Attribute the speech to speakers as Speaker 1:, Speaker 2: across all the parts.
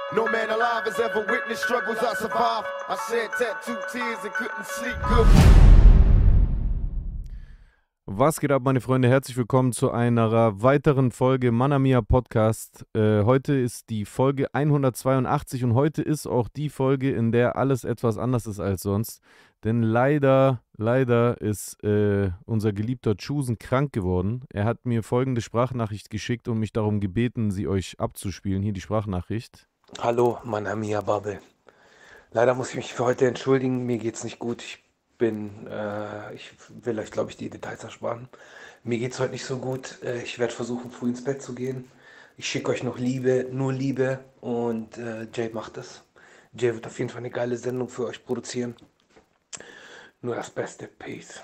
Speaker 1: No man alive has ever witnessed struggles I survived. I shed tattooed tears and couldn't sleep good.
Speaker 2: Was geht ab, meine Freunde? Herzlich willkommen zu einer weiteren Folge Manna Mia Podcast. Heute ist die Folge 182 und heute ist auch die Folge, in der alles etwas anders ist als sonst. Denn leider ist unser geliebter Chusen krank geworden. Er hat mir folgende Sprachnachricht geschickt und mich darum gebeten, sie euch abzuspielen. Hier die Sprachnachricht.
Speaker 3: Hallo, Manna Mia Bubble. Leider muss ich mich für heute entschuldigen, mir geht's nicht gut. Ich will euch, glaube ich, die Details ersparen. Mir geht's heute nicht so gut. Ich werde versuchen, früh ins Bett zu gehen. Ich schicke euch noch Liebe, nur Liebe und Jay macht es. Jay wird auf jeden Fall eine geile Sendung für euch produzieren. Nur das Beste. Peace.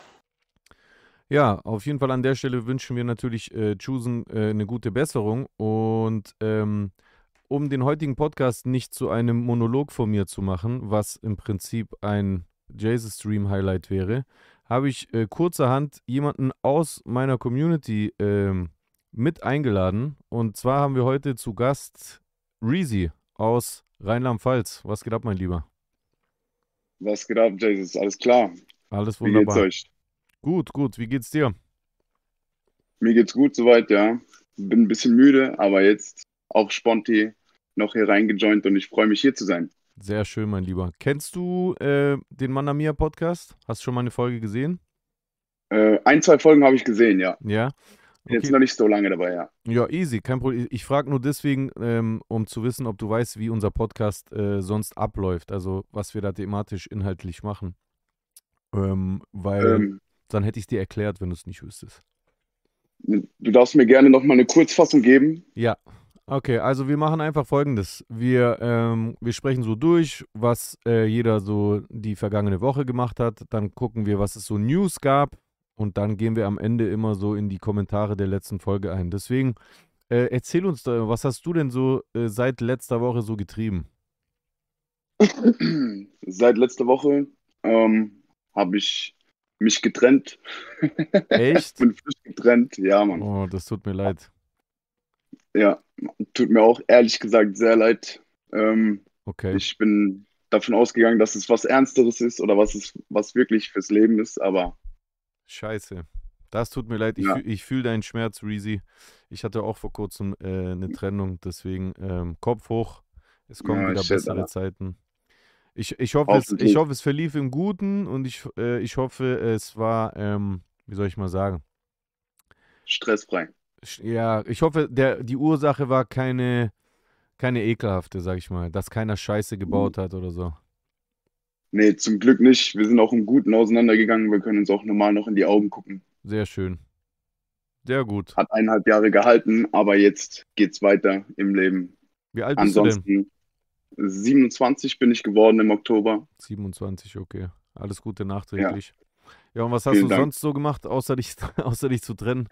Speaker 2: Ja, auf jeden Fall an der Stelle wünschen wir natürlich Chusen eine gute Besserung und um den heutigen Podcast nicht zu einem Monolog von mir zu machen, was im Prinzip ein Jesus-Stream-Highlight wäre, habe ich kurzerhand jemanden aus meiner Community mit eingeladen. Und zwar haben wir heute zu Gast Reezy aus Rheinland-Pfalz. Was geht ab, mein Lieber?
Speaker 4: Was geht ab, Jesus? Alles klar?
Speaker 2: Alles
Speaker 4: Wie geht's
Speaker 2: wunderbar.
Speaker 4: euch?
Speaker 2: Gut. Wie geht's dir?
Speaker 4: Mir geht's gut soweit, ja. Bin ein bisschen müde, aber jetzt auch sponti noch hier reingejoint und ich freue mich, hier zu sein.
Speaker 2: Sehr schön, mein Lieber. Kennst du den Manna Mia Podcast? Hast du schon mal eine Folge gesehen?
Speaker 4: 1, 2 Folgen habe ich gesehen, ja.
Speaker 2: Ja?
Speaker 4: Bin jetzt
Speaker 2: Okay.
Speaker 4: noch nicht so lange dabei, ja.
Speaker 2: Ja, easy, kein Problem. Ich frage nur deswegen, um zu wissen, ob du weißt, wie unser Podcast sonst abläuft, also was wir da thematisch inhaltlich machen. Weil
Speaker 4: Ähm,
Speaker 2: dann hätte ich es dir erklärt, wenn du es nicht wüsstest.
Speaker 4: Du darfst mir gerne noch mal eine Kurzfassung geben.
Speaker 2: Ja, okay, also wir machen einfach Folgendes. Wir sprechen so durch, was jeder so die vergangene Woche gemacht hat. Dann gucken wir, was es so News gab. Und dann gehen wir am Ende immer so in die Kommentare der letzten Folge ein. Deswegen erzähl uns da, was hast du denn so seit letzter Woche so getrieben?
Speaker 4: Seit letzter Woche habe ich mich getrennt.
Speaker 2: Echt?
Speaker 4: Bin frisch getrennt, ja, Mann.
Speaker 2: Oh, das tut mir leid.
Speaker 4: Ja, tut mir auch ehrlich gesagt sehr leid.
Speaker 2: Okay.
Speaker 4: Ich bin davon ausgegangen, dass es was Ernsteres ist oder was wirklich fürs Leben ist, aber
Speaker 2: Scheiße. Das tut mir leid.
Speaker 4: ja,
Speaker 2: Ich fühl deinen Schmerz, Reezy. Ich hatte auch vor kurzem eine Trennung, deswegen Kopf hoch. Es kommen
Speaker 4: ja,
Speaker 2: wieder
Speaker 4: shit,
Speaker 2: bessere
Speaker 4: Alter.
Speaker 2: Zeiten. Ich hoffe, ich
Speaker 4: Hoffentlich.
Speaker 2: hoffe, es verlief im Guten und ich hoffe, es war, wie soll ich mal sagen?
Speaker 4: Stressfrei.
Speaker 2: Ja, ich hoffe, die Ursache war keine ekelhafte, sag ich mal, dass keiner Scheiße gebaut hat oder so.
Speaker 4: Nee, zum Glück nicht. Wir sind auch im Guten auseinandergegangen. Wir können uns auch normal noch in die Augen gucken.
Speaker 2: Sehr schön. Sehr gut.
Speaker 4: Hat 1,5 Jahre gehalten, aber jetzt geht's weiter im Leben.
Speaker 2: Wie alt bist du denn?
Speaker 4: Ansonsten 27 bin ich geworden im Oktober.
Speaker 2: 27, okay. Alles Gute
Speaker 4: Ja,
Speaker 2: nachträglich. Ja, und was hast du
Speaker 4: vielen Dank.
Speaker 2: sonst so gemacht, außer dich zu trennen?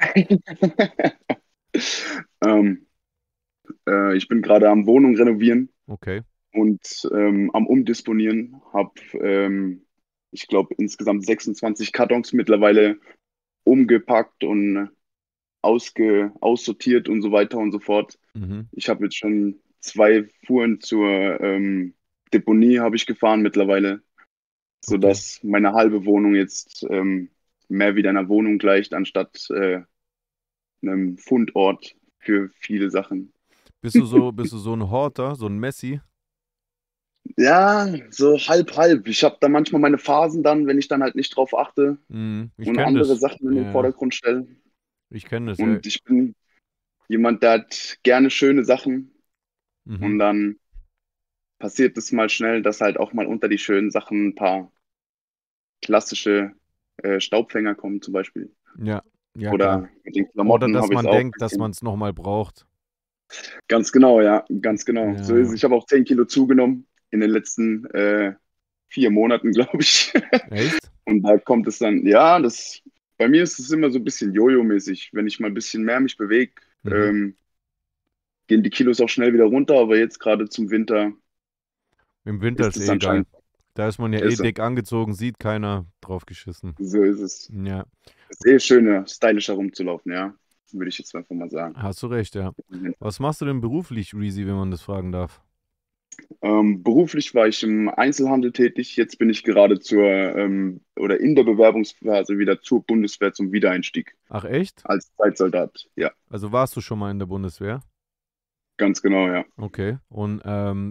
Speaker 4: Ähm, Ich bin gerade am Wohnung renovieren
Speaker 2: Okay.
Speaker 4: und am Umdisponieren. Ich glaube, insgesamt 26 Kartons mittlerweile umgepackt und aussortiert und so weiter und so fort.
Speaker 2: Mhm.
Speaker 4: Ich habe jetzt schon 2 Fuhren zur Deponie habe ich gefahren mittlerweile,
Speaker 2: Okay.
Speaker 4: sodass meine halbe Wohnung jetzt mehr wieder einer Wohnung gleicht, anstatt einem Fundort für viele Sachen.
Speaker 2: Bist du so ein Horter, so ein Messi?
Speaker 4: Ja, so halb, halb. Ich habe da manchmal meine Phasen dann, wenn ich dann halt nicht drauf achte
Speaker 2: Ich
Speaker 4: und
Speaker 2: kenne
Speaker 4: andere
Speaker 2: das.
Speaker 4: Sachen in den
Speaker 2: Ja,
Speaker 4: Vordergrund stelle.
Speaker 2: ich kenne das, ja.
Speaker 4: Und ich bin jemand, der hat gerne schöne Sachen
Speaker 2: Mhm.
Speaker 4: und dann passiert es mal schnell, dass halt auch mal unter die schönen Sachen ein paar klassische Staubfänger kommen zum Beispiel.
Speaker 2: Ja, klar.
Speaker 4: Oder mit den
Speaker 2: Oder
Speaker 4: Klamotten
Speaker 2: dass
Speaker 4: habe ich es
Speaker 2: man
Speaker 4: auch ein
Speaker 2: denkt, dass man
Speaker 4: bisschen.
Speaker 2: es nochmal braucht.
Speaker 4: Ganz genau, ja, ganz genau. So ist es.
Speaker 2: Ja,
Speaker 4: Ich habe auch 10 Kilo zugenommen in den letzten 4 Monaten, glaube ich.
Speaker 2: echt?
Speaker 4: Und da kommt es dann, ja, bei mir ist es immer so ein bisschen Jojo-mäßig. Wenn ich mal ein bisschen mehr mich bewege,
Speaker 2: Mhm.
Speaker 4: gehen die Kilos auch schnell wieder runter, aber jetzt gerade zum Winter
Speaker 2: Im Winter
Speaker 4: ist
Speaker 2: ist
Speaker 4: es
Speaker 2: eh egal.
Speaker 4: anscheinend
Speaker 2: Da ist man ja eh
Speaker 4: besser.
Speaker 2: dick angezogen, sieht keiner, drauf geschissen.
Speaker 4: So ist es.
Speaker 2: Ja,
Speaker 4: Ist eh schöner, stylischer rumzulaufen, ja. Würde ich jetzt einfach mal sagen.
Speaker 2: hast du recht, ja. Was machst du denn beruflich, Reezy, wenn man das fragen darf?
Speaker 4: Beruflich war ich im Einzelhandel tätig. Jetzt bin ich gerade oder in der Bewerbungsphase wieder zur Bundeswehr zum Wiedereinstieg
Speaker 2: Ach echt?
Speaker 4: als Zeitsoldat. Ja,
Speaker 2: Also warst du schon mal in der Bundeswehr?
Speaker 4: ganz genau, ja.
Speaker 2: Okay. Und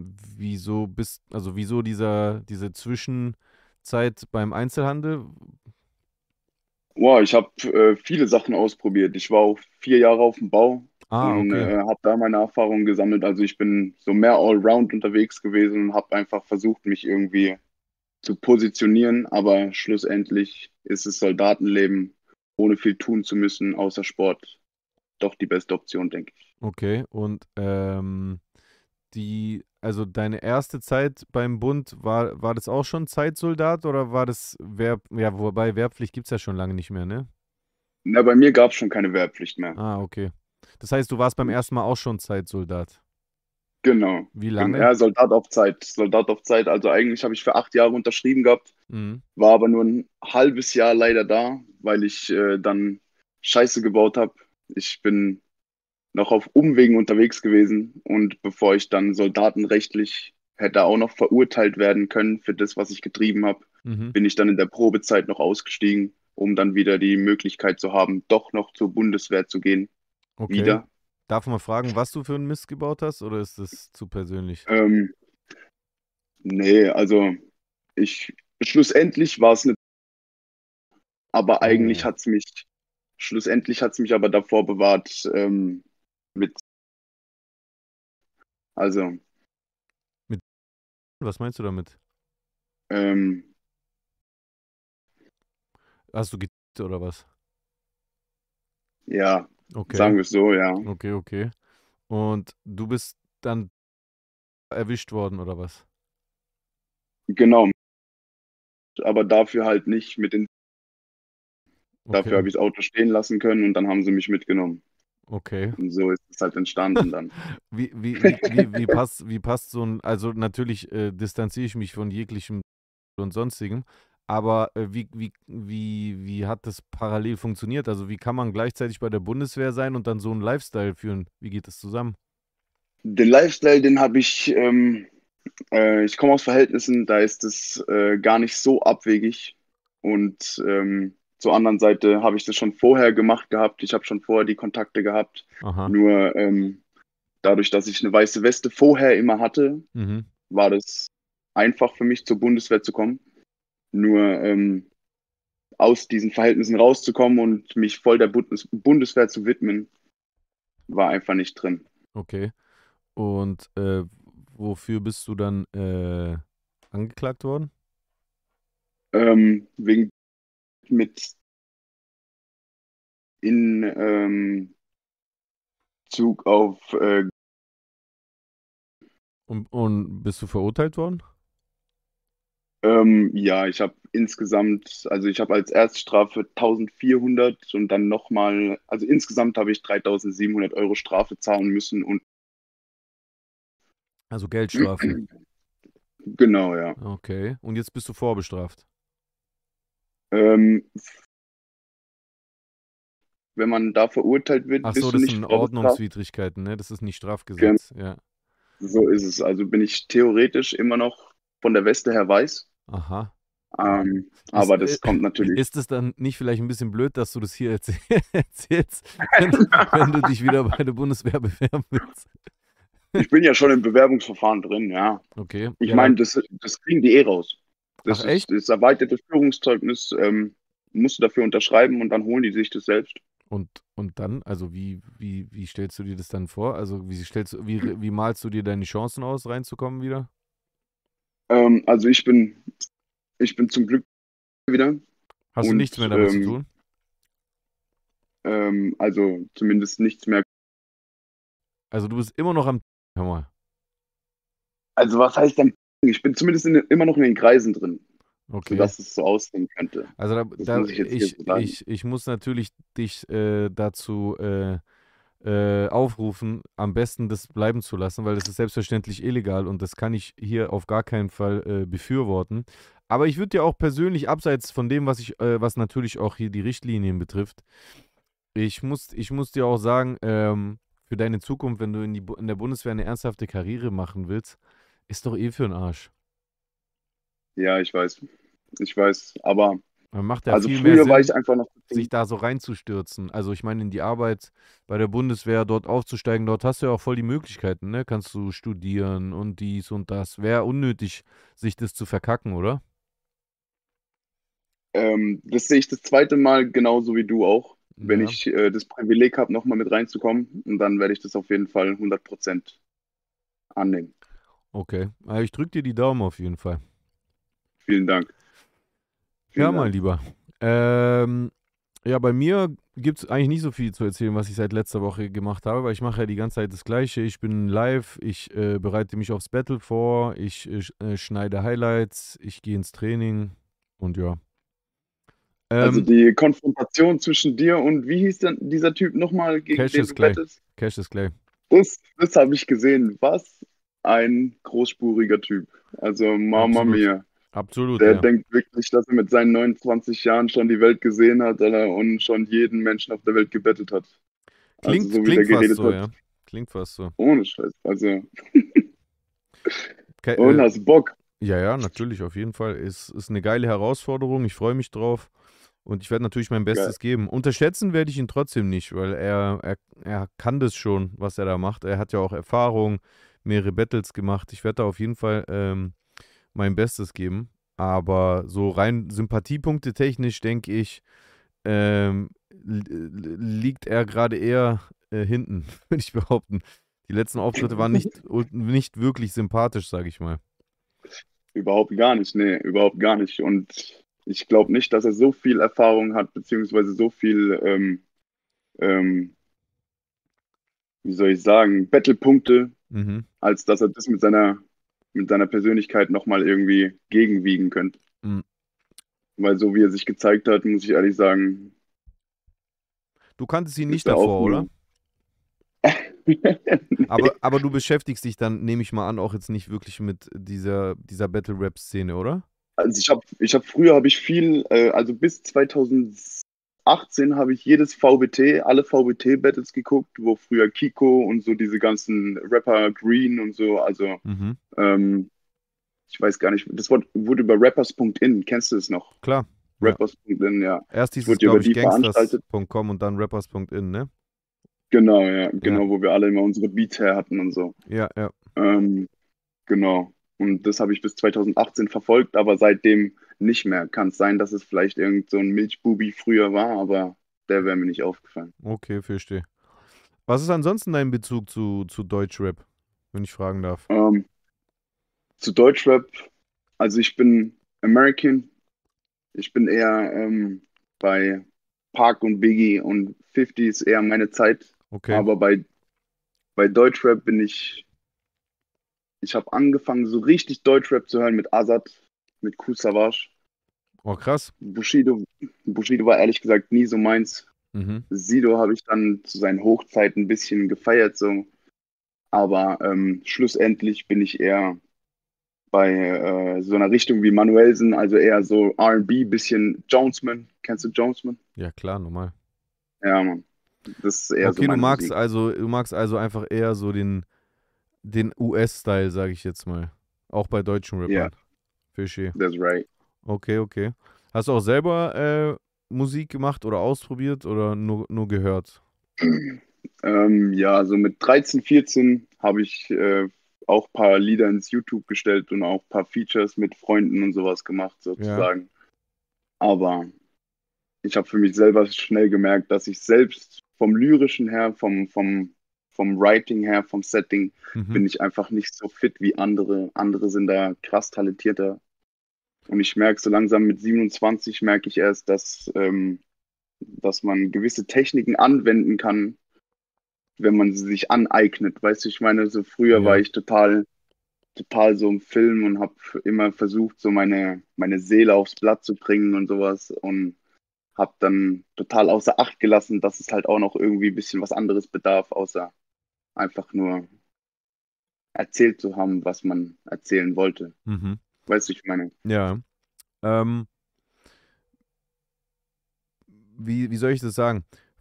Speaker 2: wieso diese Zwischenzeit beim Einzelhandel?
Speaker 4: Wow, ich habe viele Sachen ausprobiert. Ich war auch 4 Jahre auf dem Bau
Speaker 2: Ah,
Speaker 4: und
Speaker 2: okay.
Speaker 4: habe da meine Erfahrungen gesammelt. Also ich bin so mehr allround unterwegs gewesen und habe einfach versucht, mich irgendwie zu positionieren. Aber schlussendlich ist das Soldatenleben, ohne viel tun zu müssen, außer Sport, doch die beste Option, denke ich.
Speaker 2: Okay. Und also deine erste Zeit beim Bund, war das auch schon Zeitsoldat oder war das ja, wobei Wehrpflicht gibt es ja schon lange nicht mehr, ne?
Speaker 4: Na, bei mir gab es schon keine Wehrpflicht mehr.
Speaker 2: Ah, okay. Das heißt, du warst beim ersten Mal auch schon Zeitsoldat.
Speaker 4: Genau.
Speaker 2: Wie lange?
Speaker 4: Ja, Soldat auf Zeit. Soldat auf Zeit. Also eigentlich habe ich für 8 Jahre unterschrieben gehabt,
Speaker 2: Mhm.
Speaker 4: war aber nur ein halbes Jahr leider da, weil ich dann Scheiße gebaut habe. Ich bin noch auf Umwegen unterwegs gewesen und bevor ich dann soldatenrechtlich hätte auch noch verurteilt werden können für das, was ich getrieben habe,
Speaker 2: Mhm.
Speaker 4: bin ich dann in der Probezeit noch ausgestiegen, um dann wieder die Möglichkeit zu haben, doch noch zur Bundeswehr zu gehen.
Speaker 2: Okay.
Speaker 4: Wieder.
Speaker 2: Darf man fragen, was du für einen Mist gebaut hast oder ist das zu persönlich?
Speaker 4: Ähm, Nee, also schlussendlich war es nicht, aber eigentlich
Speaker 2: Oh.
Speaker 4: hat es schlussendlich hat es mich aber davor bewahrt, mit, also,
Speaker 2: Mit Was meinst du damit?
Speaker 4: ähm,
Speaker 2: Hast du getötet oder was?
Speaker 4: ja,
Speaker 2: Okay,
Speaker 4: sagen wir es so, ja,
Speaker 2: okay, okay. Und du bist dann erwischt worden oder was?
Speaker 4: genau, aber dafür halt nicht dafür
Speaker 2: Okay,
Speaker 4: habe ich das Auto stehen lassen können und dann haben sie mich mitgenommen.
Speaker 2: okay.
Speaker 4: Und so ist es halt entstanden dann.
Speaker 2: Wie passt so ein, also natürlich distanziere ich mich von jeglichem und sonstigem, aber wie hat das parallel funktioniert? Also wie kann man gleichzeitig bei der Bundeswehr sein und dann so einen Lifestyle führen? Wie geht das zusammen?
Speaker 4: Den Lifestyle, den habe ich komme aus Verhältnissen, da ist es gar nicht so abwegig. Und zur anderen Seite habe ich das schon vorher gemacht gehabt. Ich habe schon vorher die Kontakte gehabt.
Speaker 2: Aha.
Speaker 4: Nur dadurch, dass ich eine weiße Weste vorher immer hatte,
Speaker 2: Mhm.
Speaker 4: war das einfach für mich zur Bundeswehr zu kommen. Nur aus diesen Verhältnissen rauszukommen und mich voll der Bundeswehr zu widmen, war einfach nicht drin.
Speaker 2: Okay. Und wofür bist du dann angeklagt worden?
Speaker 4: Wegen mit in Zug auf
Speaker 2: Und bist du verurteilt worden?
Speaker 4: ja, ich habe als Erststrafe 1400 und dann nochmal, also insgesamt habe ich 3700 € Strafe zahlen müssen und
Speaker 2: Also Geldstrafe.
Speaker 4: genau, ja.
Speaker 2: Okay. Und jetzt bist du vorbestraft.
Speaker 4: Ähm, Wenn man da verurteilt wird,
Speaker 2: Ach so,
Speaker 4: bist du
Speaker 2: das
Speaker 4: nicht
Speaker 2: sind
Speaker 4: vorbestraft.
Speaker 2: Ordnungswidrigkeiten, ne? Das ist nicht
Speaker 4: Gen-
Speaker 2: Strafgesetz. Ja.
Speaker 4: So ist es. Also bin ich theoretisch immer noch von der Weste her weiß.
Speaker 2: Aha. Ist,
Speaker 4: Aber das kommt natürlich.
Speaker 2: ist es dann nicht vielleicht ein bisschen blöd, dass du das hier erzählst, wenn, wenn du dich wieder bei der Bundeswehr bewerben willst?
Speaker 4: Ich bin ja schon im Bewerbungsverfahren drin, ja.
Speaker 2: Okay.
Speaker 4: Ich
Speaker 2: Ja,
Speaker 4: meine,
Speaker 2: dann.
Speaker 4: das kriegen die eh raus.
Speaker 2: Ach
Speaker 4: Das
Speaker 2: echt?
Speaker 4: ist das erweiterte Führungszeugnis, musst du dafür unterschreiben und dann holen die sich das selbst.
Speaker 2: Und dann, also wie stellst du dir das dann vor? Also wie malst du dir deine Chancen aus, reinzukommen wieder?
Speaker 4: Also ich bin zum Glück wieder
Speaker 2: Hast du nichts mehr
Speaker 4: und
Speaker 2: damit zu tun?
Speaker 4: also zumindest nichts mehr.
Speaker 2: Also du bist immer noch am. Hör mal.
Speaker 4: Also was heißt dann? Ich bin zumindest immer noch in den Kreisen drin,
Speaker 2: Okay.
Speaker 4: sodass es so aussehen könnte.
Speaker 2: Also
Speaker 4: Das muss ich jetzt hier so sagen.
Speaker 2: ich muss natürlich dich dazu aufrufen, am besten das bleiben zu lassen, weil das ist selbstverständlich illegal und das kann ich hier auf gar keinen Fall befürworten. Aber ich würde dir auch persönlich, abseits von dem, was natürlich auch hier die Richtlinien betrifft, ich muss dir auch sagen, für deine Zukunft, wenn du in der Bundeswehr eine ernsthafte Karriere machen willst, Ist doch eh für den Arsch.
Speaker 4: Ja, ich weiß. Ich weiß. Aber
Speaker 2: Man macht ja
Speaker 4: also
Speaker 2: viel mehr
Speaker 4: früher war ich
Speaker 2: Sinn,
Speaker 4: einfach noch.
Speaker 2: sich da so reinzustürzen. Also ich meine, in die Arbeit bei der Bundeswehr dort aufzusteigen, dort hast du ja auch voll die Möglichkeiten, ne? Kannst du studieren und dies und das. Wäre unnötig, sich das zu verkacken, oder?
Speaker 4: Das sehe ich das zweite Mal genauso wie du auch. Wenn
Speaker 2: Ja,
Speaker 4: ich das Privileg habe, nochmal mit reinzukommen, und dann werde ich das auf jeden Fall 100% annehmen.
Speaker 2: okay. Also ich drücke dir die Daumen auf jeden Fall.
Speaker 4: Vielen Dank.
Speaker 2: Ja,
Speaker 4: Vielen
Speaker 2: mein
Speaker 4: Dank.
Speaker 2: Lieber. Ja, bei mir gibt es eigentlich nicht so viel zu erzählen, was ich seit letzter Woche gemacht habe, weil ich mache ja die ganze Zeit das Gleiche. Ich bin live, ich bereite mich aufs Battle vor, ich schneide Highlights, ich gehe ins Training und ja.
Speaker 4: Also
Speaker 2: Ähm,
Speaker 4: die Konfrontation zwischen dir und wie hieß denn dieser Typ nochmal, gegen den
Speaker 2: Cassius
Speaker 4: du
Speaker 2: Clay.
Speaker 4: wettest?
Speaker 2: Cassius Clay.
Speaker 4: Das habe ich gesehen. Was ein großspuriger Typ. Also Mama
Speaker 2: Absolut.
Speaker 4: mia.
Speaker 2: Absolut,
Speaker 4: Der
Speaker 2: ja.
Speaker 4: denkt wirklich, dass er mit seinen 29 Jahren schon die Welt gesehen hat, Alter, und schon jeden Menschen auf der Welt gebettet hat. Also so wie der
Speaker 2: Klingt fast
Speaker 4: geredet
Speaker 2: so,
Speaker 4: hat,
Speaker 2: ja. Klingt fast so.
Speaker 4: ohne Scheiß. Also,
Speaker 2: Ke
Speaker 4: und hast Bock.
Speaker 2: ja, ja, natürlich, auf jeden Fall. Ist eine geile Herausforderung. Ich freue mich drauf. Und ich werde natürlich mein
Speaker 4: Geil.
Speaker 2: Bestes geben. Unterschätzen werde ich ihn trotzdem nicht, weil er kann das schon, was er da macht. Er hat ja auch Erfahrung, mehrere Battles gemacht. Ich werde da auf jeden Fall mein Bestes geben. Aber so rein Sympathiepunkte technisch, denke ich, liegt er gerade eher hinten, würde ich behaupten. Die letzten Auftritte waren nicht wirklich sympathisch, sage ich mal.
Speaker 4: Überhaupt gar nicht, nee, überhaupt gar nicht. Und ich glaube nicht, dass er so viel Erfahrung hat, beziehungsweise so viel, ähm, wie soll ich sagen, Battle-Punkte,
Speaker 2: Mhm.
Speaker 4: als dass er das mit seiner Persönlichkeit nochmal irgendwie gegenwiegen könnte.
Speaker 2: Mhm.
Speaker 4: Weil so wie er sich gezeigt hat, muss ich ehrlich sagen,
Speaker 2: Du kanntest ihn
Speaker 4: ist
Speaker 2: nicht
Speaker 4: er auch
Speaker 2: davor, oder?
Speaker 4: nur.
Speaker 2: Aber du beschäftigst dich dann, nehme ich mal an, auch jetzt nicht wirklich mit dieser Battle-Rap-Szene, oder?
Speaker 4: Also früher habe ich viel, also bis 2018 habe ich jedes VBT, alle VBT-Battles geguckt, wo früher Kiko und so diese ganzen Rapper Green und so, also
Speaker 2: Mhm.
Speaker 4: ich weiß gar nicht, das wurde über rappers.in, kennst du es noch?
Speaker 2: Klar. Ja.
Speaker 4: Rappers.in, ja.
Speaker 2: Erst
Speaker 4: Das
Speaker 2: hieß es,
Speaker 4: wurde ja über
Speaker 2: glaube ich,
Speaker 4: die veranstaltet.
Speaker 2: gangsters.com und dann rappers.in, ne?
Speaker 4: Genau, ja,
Speaker 2: Ja,
Speaker 4: genau, wo wir alle immer unsere Beats her hatten und so.
Speaker 2: ja, ja.
Speaker 4: Ähm, genau. Und das habe ich bis 2018 verfolgt, aber seitdem nicht mehr. Kann es sein, dass es vielleicht irgend so ein Milchbubi früher war, aber der wäre mir nicht aufgefallen.
Speaker 2: Okay, verstehe. Was ist ansonsten dein Bezug zu Deutschrap, wenn ich fragen darf?
Speaker 4: Ähm, zu Deutschrap, also ich bin American, ich bin eher bei Park und Biggie und 50 ist eher meine Zeit,
Speaker 2: Okay.
Speaker 4: aber bei Deutschrap ich habe angefangen so richtig Deutschrap zu hören mit Azad, mit Kool Savas.
Speaker 2: Oh, krass.
Speaker 4: Bushido war ehrlich gesagt nie so meins.
Speaker 2: Mhm.
Speaker 4: Sido habe ich dann zu seinen Hochzeiten ein bisschen gefeiert, so. Aber schlussendlich bin ich eher bei so einer Richtung wie Manuelsen, also eher so R&B, bisschen Jonesman. Kennst du Jonesman?
Speaker 2: Ja, klar, normal.
Speaker 4: Ja, Mann. Das ist eher so
Speaker 2: Okay,
Speaker 4: meine Musik.
Speaker 2: du magst also einfach eher so den US-Style, sage ich jetzt mal. Auch bei deutschen
Speaker 4: Ja,
Speaker 2: Rappern. Fischi.
Speaker 4: that's right.
Speaker 2: Okay, okay. Hast du auch selber Musik gemacht oder ausprobiert oder nur gehört?
Speaker 4: Ja, so mit 13, 14 habe ich auch ein paar Lieder ins YouTube gestellt und auch ein paar Features mit Freunden und sowas gemacht,
Speaker 2: Ja.
Speaker 4: sozusagen. Aber ich habe für mich selber schnell gemerkt, dass ich selbst vom Lyrischen her, vom Writing her, vom Setting,
Speaker 2: Mhm.
Speaker 4: bin ich einfach nicht so fit wie andere. Andere sind da krass talentierter. Und ich merke so langsam mit 27 merke ich erst, dass man gewisse Techniken anwenden kann, wenn man sie sich aneignet. Weißt du, ich meine, so früher war
Speaker 2: Ja.
Speaker 4: ich total so im Film und habe immer versucht, so meine Seele aufs Blatt zu bringen und sowas. Und habe dann total außer Acht gelassen, dass es halt auch noch irgendwie ein bisschen was anderes bedarf, außer einfach nur erzählt zu haben, was man erzählen wollte.
Speaker 2: Mhm.
Speaker 4: Weißt du, ich meine,
Speaker 2: Ja. Ähm, wie soll ich das sagen?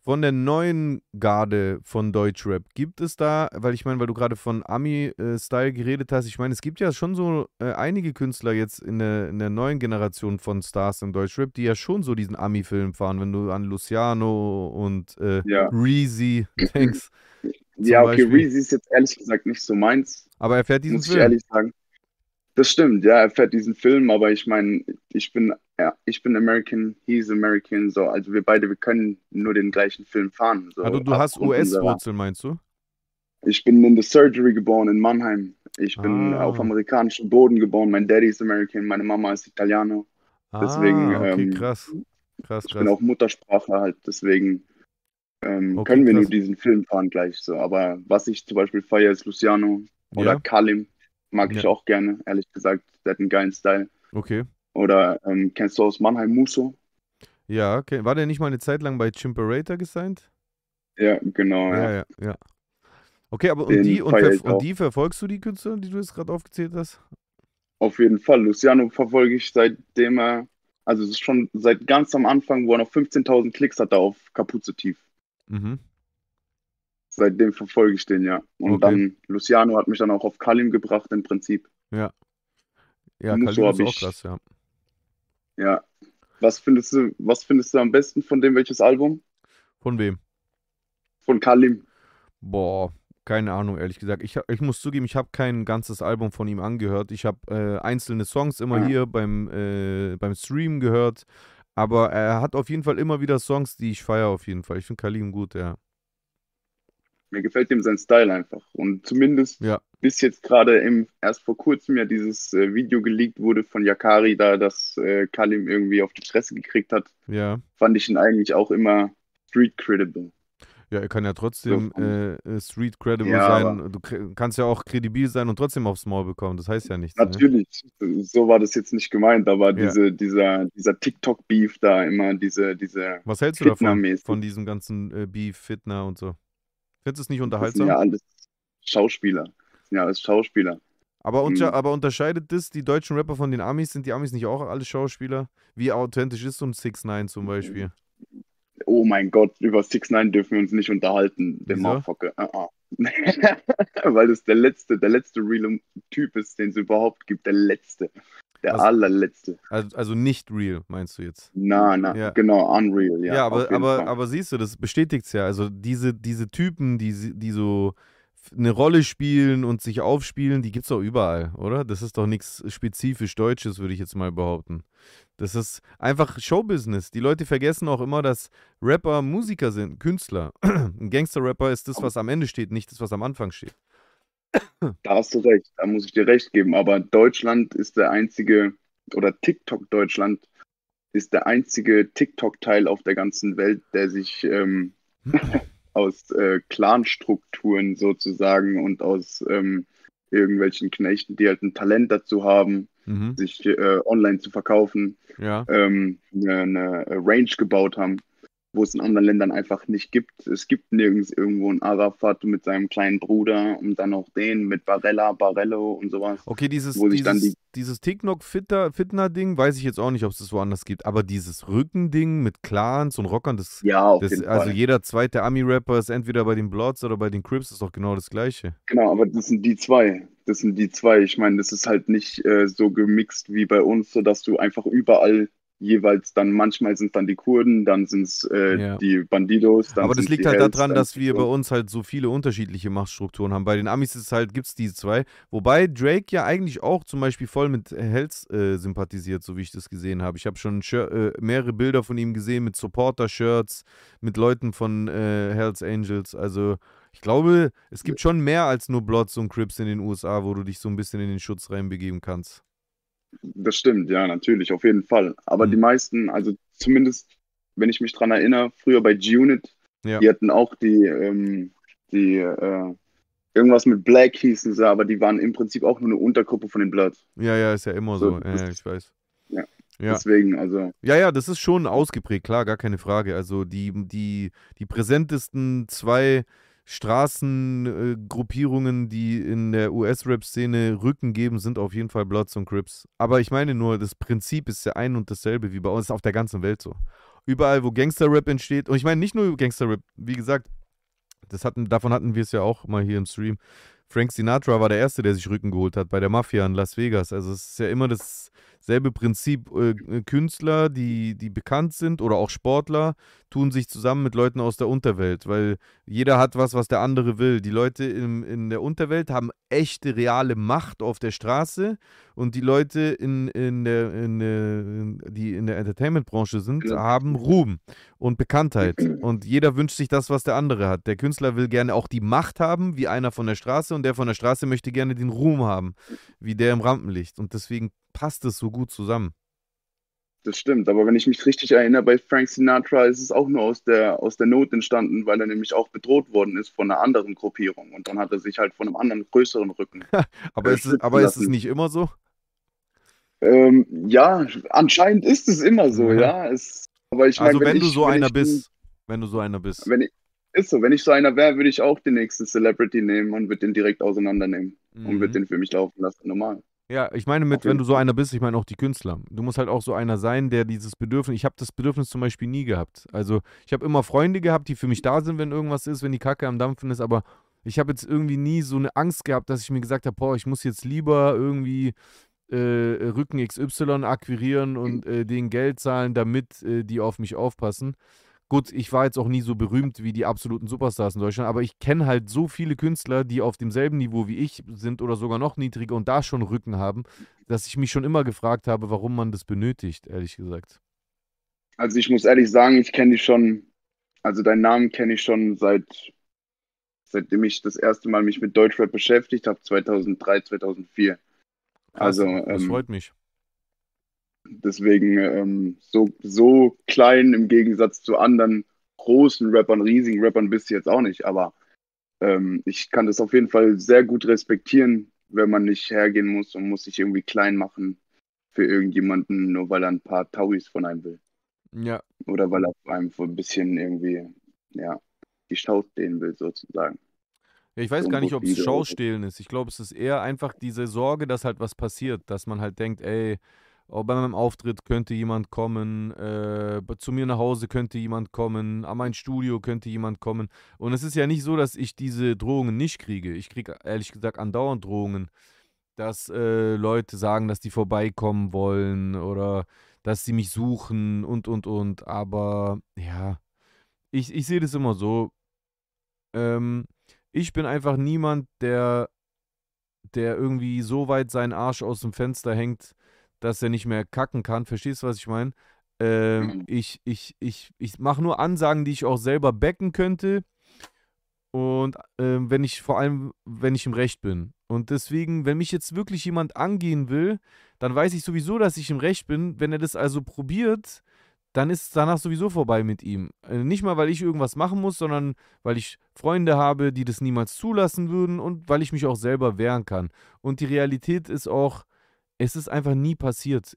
Speaker 2: von der neuen Garde von Deutschrap, gibt es da, weil ich meine, weil du gerade von Ami-Style geredet hast, ich meine, es gibt ja schon so einige Künstler jetzt in der neuen Generation von Stars im Deutschrap, die ja schon so diesen Ami-Film fahren, wenn du an Luciano und
Speaker 4: Ja.
Speaker 2: Reezy denkst,
Speaker 4: Ja, okay,
Speaker 2: Beispiel.
Speaker 4: Reezy ist jetzt ehrlich gesagt nicht so meins,
Speaker 2: aber er fährt diesen
Speaker 4: muss ich
Speaker 2: Film.
Speaker 4: ehrlich sagen. Das stimmt, ja, er fährt diesen Film, aber ich meine, ich bin American, he's American, so, also wir können nur den gleichen Film fahren, so,
Speaker 2: Also du hast
Speaker 4: aufgrund unserer.
Speaker 2: US-Wurzeln, meinst du?
Speaker 4: Ich bin in The Surgery geboren in Mannheim. Ich bin auf
Speaker 2: Ah,
Speaker 4: amerikanischem Boden geboren. Mein Daddy ist American, meine Mama ist Italiano. Deswegen,
Speaker 2: okay, krass. Krass,
Speaker 4: ich bin
Speaker 2: krass.
Speaker 4: auch Muttersprachler halt, deswegen
Speaker 2: Okay,
Speaker 4: können wir nur
Speaker 2: krass.
Speaker 4: diesen Film fahren gleich so. Aber was ich zum Beispiel feiere, ist Luciano oder
Speaker 2: Ja,
Speaker 4: Kalim. Mag ich
Speaker 2: ja,
Speaker 4: auch gerne, ehrlich gesagt. Der hat einen geilen Style.
Speaker 2: okay.
Speaker 4: Oder kennst du aus Mannheim Musso?
Speaker 2: Ja, okay. War der nicht mal eine Zeit lang bei Chimperator gesigned?
Speaker 4: Ja, genau,
Speaker 2: Ja,
Speaker 4: ja.
Speaker 2: ja, ja. Okay, aber
Speaker 4: Den feiere ich
Speaker 2: und
Speaker 4: auch.
Speaker 2: die verfolgst du die Künstler, die du jetzt gerade aufgezählt hast?
Speaker 4: Auf jeden Fall. Luciano verfolge ich seitdem also es ist schon seit ganz am Anfang, wo er noch 15.000 Klicks hatte auf Kapuze Tief.
Speaker 2: Mhm.
Speaker 4: Seitdem verfolge ich den, ja. Und
Speaker 2: Okay.
Speaker 4: dann, Luciano hat mich dann auch auf Kalim gebracht im Prinzip.
Speaker 2: Ja. Ja,
Speaker 4: Musso
Speaker 2: Kalim ist
Speaker 4: habe
Speaker 2: auch
Speaker 4: ich,
Speaker 2: krass, ja.
Speaker 4: ja. Was findest du am besten von dem, welches Album?
Speaker 2: Von wem?
Speaker 4: Von Kalim.
Speaker 2: Boah, keine Ahnung, ehrlich gesagt. Ich muss zugeben, ich habe kein ganzes Album von ihm angehört. Ich habe einzelne Songs immer
Speaker 4: Ah,
Speaker 2: hier beim Stream gehört. Aber er hat auf jeden Fall immer wieder Songs, die ich feiere auf jeden Fall. Ich finde Kalim gut, ja.
Speaker 4: mir gefällt ihm sein Style einfach. Und zumindest
Speaker 2: Ja,
Speaker 4: bis jetzt gerade erst vor kurzem ja dieses Video geleakt wurde von Yakari da, dass Kalim irgendwie auf die Fresse gekriegt hat,
Speaker 2: ja.
Speaker 4: fand ich ihn eigentlich auch immer street credible.
Speaker 2: Ja, er kann ja
Speaker 4: So
Speaker 2: trotzdem street credible
Speaker 4: ja, aber
Speaker 2: sein. Du kannst ja auch kredibil sein und trotzdem aufs Maul bekommen. Das heißt ja nichts, ne?
Speaker 4: natürlich, so war das jetzt nicht gemeint, aber
Speaker 2: Ja.
Speaker 4: dieser TikTok-Beef da immer, diese
Speaker 2: Was hältst du davon?
Speaker 4: Fitner-mäßig,
Speaker 2: Von diesem ganzen Beef, Fitner und so? Findest du es nicht
Speaker 4: das sind ja
Speaker 2: unterhaltsam?
Speaker 4: alles Schauspieler. Das sind ja alles Schauspieler.
Speaker 2: Aber
Speaker 4: Mhm.
Speaker 2: unterscheidet das die deutschen Rapper von den Amis? Sind die Amis nicht auch alle Schauspieler? Wie authentisch ist so ein 6ix9ine zum Beispiel?
Speaker 4: Oh mein Gott, über 6ix9ine dürfen wir uns nicht unterhalten, der
Speaker 2: Wieso?
Speaker 4: Motherfucker. Weil das der letzte reale Typ ist, den es überhaupt gibt. Der letzte. Der
Speaker 2: Also,
Speaker 4: allerletzte.
Speaker 2: also nicht real, meinst du jetzt?
Speaker 4: Na,
Speaker 2: Ja.
Speaker 4: genau, unreal, ja,
Speaker 2: Ja,
Speaker 4: auf jeden Fall.
Speaker 2: aber siehst du, das bestätigt es ja. Also diese Typen, die so eine Rolle spielen und sich aufspielen, die gibt es doch überall, oder? Das ist doch nichts spezifisch Deutsches, würde ich jetzt mal behaupten. Das ist einfach Showbusiness. Die Leute vergessen auch immer, dass Rapper Musiker sind, Künstler. Ein Gangster-Rapper ist das, was am Ende steht, nicht das, was am Anfang steht.
Speaker 4: Da hast du recht, da muss ich dir recht geben. Aber Deutschland ist der einzige, oder TikTok Deutschland ist der einzige TikTok-Teil auf der ganzen Welt, der sich aus Clanstrukturen sozusagen und aus irgendwelchen Knechten, die halt ein Talent dazu haben,
Speaker 2: Mhm.
Speaker 4: sich online zu verkaufen,
Speaker 2: Ja.
Speaker 4: eine Range gebaut haben, wo es in anderen Ländern einfach nicht gibt. Es gibt nirgends irgendwo einen Arafat mit seinem kleinen Bruder und dann noch den mit Barello und sowas,
Speaker 2: Okay,
Speaker 4: wo sich dann
Speaker 2: dieses TikTok-Fitner-Ding, weiß ich jetzt auch nicht, ob es das woanders gibt, aber dieses Rückending mit Clans und Rockern,
Speaker 4: ja, auf jeden
Speaker 2: also
Speaker 4: Fall.
Speaker 2: jeder zweite Ami-Rapper ist entweder bei den Bloods oder bei den Crips, ist doch genau das Gleiche.
Speaker 4: Genau, aber das sind die zwei. Das sind die zwei. Ich meine, das ist halt nicht so gemixt wie bei uns, sodass du einfach überall jeweils dann, manchmal sind dann die Kurden, dann sind es
Speaker 2: Ja.
Speaker 4: die Bandidos, dann
Speaker 2: Aber das
Speaker 4: sind
Speaker 2: liegt
Speaker 4: die
Speaker 2: halt
Speaker 4: Hells,
Speaker 2: daran,
Speaker 4: dann
Speaker 2: dass
Speaker 4: sind
Speaker 2: wir bei
Speaker 4: so.
Speaker 2: uns halt so viele unterschiedliche Machtstrukturen haben. Bei den Amis ist halt, gibt es diese zwei. Wobei Drake ja eigentlich auch zum Beispiel voll mit Hells sympathisiert, so wie ich das gesehen habe. Ich habe schon mehrere Bilder von ihm gesehen mit Supporter-Shirts, mit Leuten von Hells Angels. Also ich glaube, es gibt schon mehr als nur Bloods und Crips in den USA, wo du dich so ein bisschen in den Schutz reinbegeben kannst.
Speaker 4: Das stimmt, ja, natürlich, auf jeden Fall. Aber die
Speaker 2: Hm.
Speaker 4: meisten, also zumindest, wenn ich mich dran erinnere, früher bei G-Unit,
Speaker 2: Ja.
Speaker 4: die hatten auch irgendwas mit Black hießen sie, aber die waren im Prinzip auch nur eine Untergruppe von den Bloods.
Speaker 2: Ja, ist ja immer
Speaker 4: So,
Speaker 2: so. Ja, ich weiß.
Speaker 4: ja,
Speaker 2: Ja.
Speaker 4: deswegen, also.
Speaker 2: Ja, das ist schon ausgeprägt, klar, gar keine Frage. Also die präsentesten zwei Straßengruppierungen, die in der US-Rap-Szene Rücken geben, sind auf jeden Fall Bloods und Crips. Aber ich meine nur, das Prinzip ist ja ein und dasselbe wie bei uns, auf der ganzen Welt so. überall, wo Gangster-Rap entsteht, und ich meine nicht nur Gangster-Rap, wie gesagt, davon hatten wir es ja auch mal hier im Stream. Frank Sinatra war der Erste, der sich Rücken geholt hat bei der Mafia in Las Vegas. Also es ist ja immer dasselbe Prinzip. Künstler, die bekannt sind oder auch Sportler, tun sich zusammen mit Leuten aus der Unterwelt, weil jeder hat was der andere will. Die Leute in der Unterwelt haben echte, reale Macht auf der Straße, und die Leute, die in der Entertainment-Branche sind,
Speaker 4: Ja.
Speaker 2: haben Ruhm und Bekanntheit. Und jeder wünscht sich das, was der andere hat. Der Künstler will gerne auch die Macht haben, wie einer von der Straße, und der von der Straße möchte gerne den Ruhm haben, wie der im Rampenlicht. Und deswegen passt es so gut zusammen.
Speaker 4: Das stimmt, aber wenn ich mich richtig erinnere, bei Frank Sinatra ist es auch nur aus der Not entstanden, weil er nämlich auch bedroht worden ist von einer anderen Gruppierung. Und dann hat er sich halt von einem anderen, größeren Rücken
Speaker 2: Aber ist
Speaker 4: schützen
Speaker 2: es
Speaker 4: lassen.
Speaker 2: nicht immer so?
Speaker 4: Ja, anscheinend ist es immer so,
Speaker 2: Ja.
Speaker 4: ja. Aber ich
Speaker 2: Also
Speaker 4: meine,
Speaker 2: wenn du so einer bist.
Speaker 4: wenn ich so einer wäre, würde ich auch den nächsten Celebrity nehmen und würde den direkt auseinandernehmen und würde den für mich laufen lassen, normal.
Speaker 2: Ja, ich meine
Speaker 4: Auf
Speaker 2: wenn
Speaker 4: jeden
Speaker 2: du so einer bist, ich meine auch die Künstler. Du musst halt auch so einer sein, der dieses Bedürfnis, ich habe das Bedürfnis zum Beispiel nie gehabt. Also ich habe immer Freunde gehabt, die für mich da sind, wenn irgendwas ist, wenn die Kacke am Dampfen ist, aber ich habe jetzt irgendwie nie so eine Angst gehabt, dass ich mir gesagt habe, boah, ich muss jetzt lieber irgendwie Rücken XY akquirieren und denen Geld zahlen, damit die auf mich aufpassen. Gut, ich war jetzt auch nie so berühmt wie die absoluten Superstars in Deutschland, aber ich kenne halt so viele Künstler, die auf demselben Niveau wie ich sind oder sogar noch niedriger und da schon Rücken haben, dass ich mich schon immer gefragt habe, warum man das benötigt, ehrlich gesagt.
Speaker 4: Also ich muss ehrlich sagen, ich kenne dich schon, also deinen Namen kenne ich schon seitdem ich das erste Mal mich mit Deutschrap beschäftigt habe, 2003, 2004.
Speaker 2: Krass,
Speaker 4: Also
Speaker 2: das freut mich.
Speaker 4: deswegen so klein im Gegensatz zu anderen großen Rappern, riesigen Rappern bist du jetzt auch nicht, aber ich kann das auf jeden Fall sehr gut respektieren, wenn man nicht hergehen muss und muss sich irgendwie klein machen für irgendjemanden, nur weil er ein paar Tauis von einem will.
Speaker 2: Ja,
Speaker 4: Oder weil er einem so ein bisschen irgendwie, ja, die Schau stehen will, sozusagen.
Speaker 2: ja, ich weiß
Speaker 4: So ein
Speaker 2: gar nicht, ob es
Speaker 4: Bushido oder so.
Speaker 2: Schaustehlen ist. Ich glaube, es ist eher einfach diese Sorge, dass halt was passiert, dass man halt denkt, ey, oh, bei meinem Auftritt könnte jemand kommen, zu mir nach Hause könnte jemand kommen, an mein Studio könnte jemand kommen. Und es ist ja nicht so, dass ich diese Drohungen nicht kriege. Ich kriege ehrlich gesagt andauernd Drohungen, dass Leute sagen, dass die vorbeikommen wollen oder dass sie mich suchen und. Aber ja, ich sehe das immer so. Ähm, Ich bin einfach niemand, der irgendwie so weit seinen Arsch aus dem Fenster hängt, dass er nicht mehr kacken kann. Verstehst du, was ich meine?
Speaker 4: Mhm.
Speaker 2: Ich mache nur Ansagen, die ich auch selber backen könnte. Und vor allem, wenn ich im Recht bin. Und deswegen, wenn mich jetzt wirklich jemand angehen will, dann weiß ich sowieso, dass ich im Recht bin. Wenn er das also probiert, dann ist es danach sowieso vorbei mit ihm. Nicht mal, weil ich irgendwas machen muss, sondern weil ich Freunde habe, die das niemals zulassen würden und weil ich mich auch selber wehren kann. Und die Realität ist auch, es ist einfach nie passiert.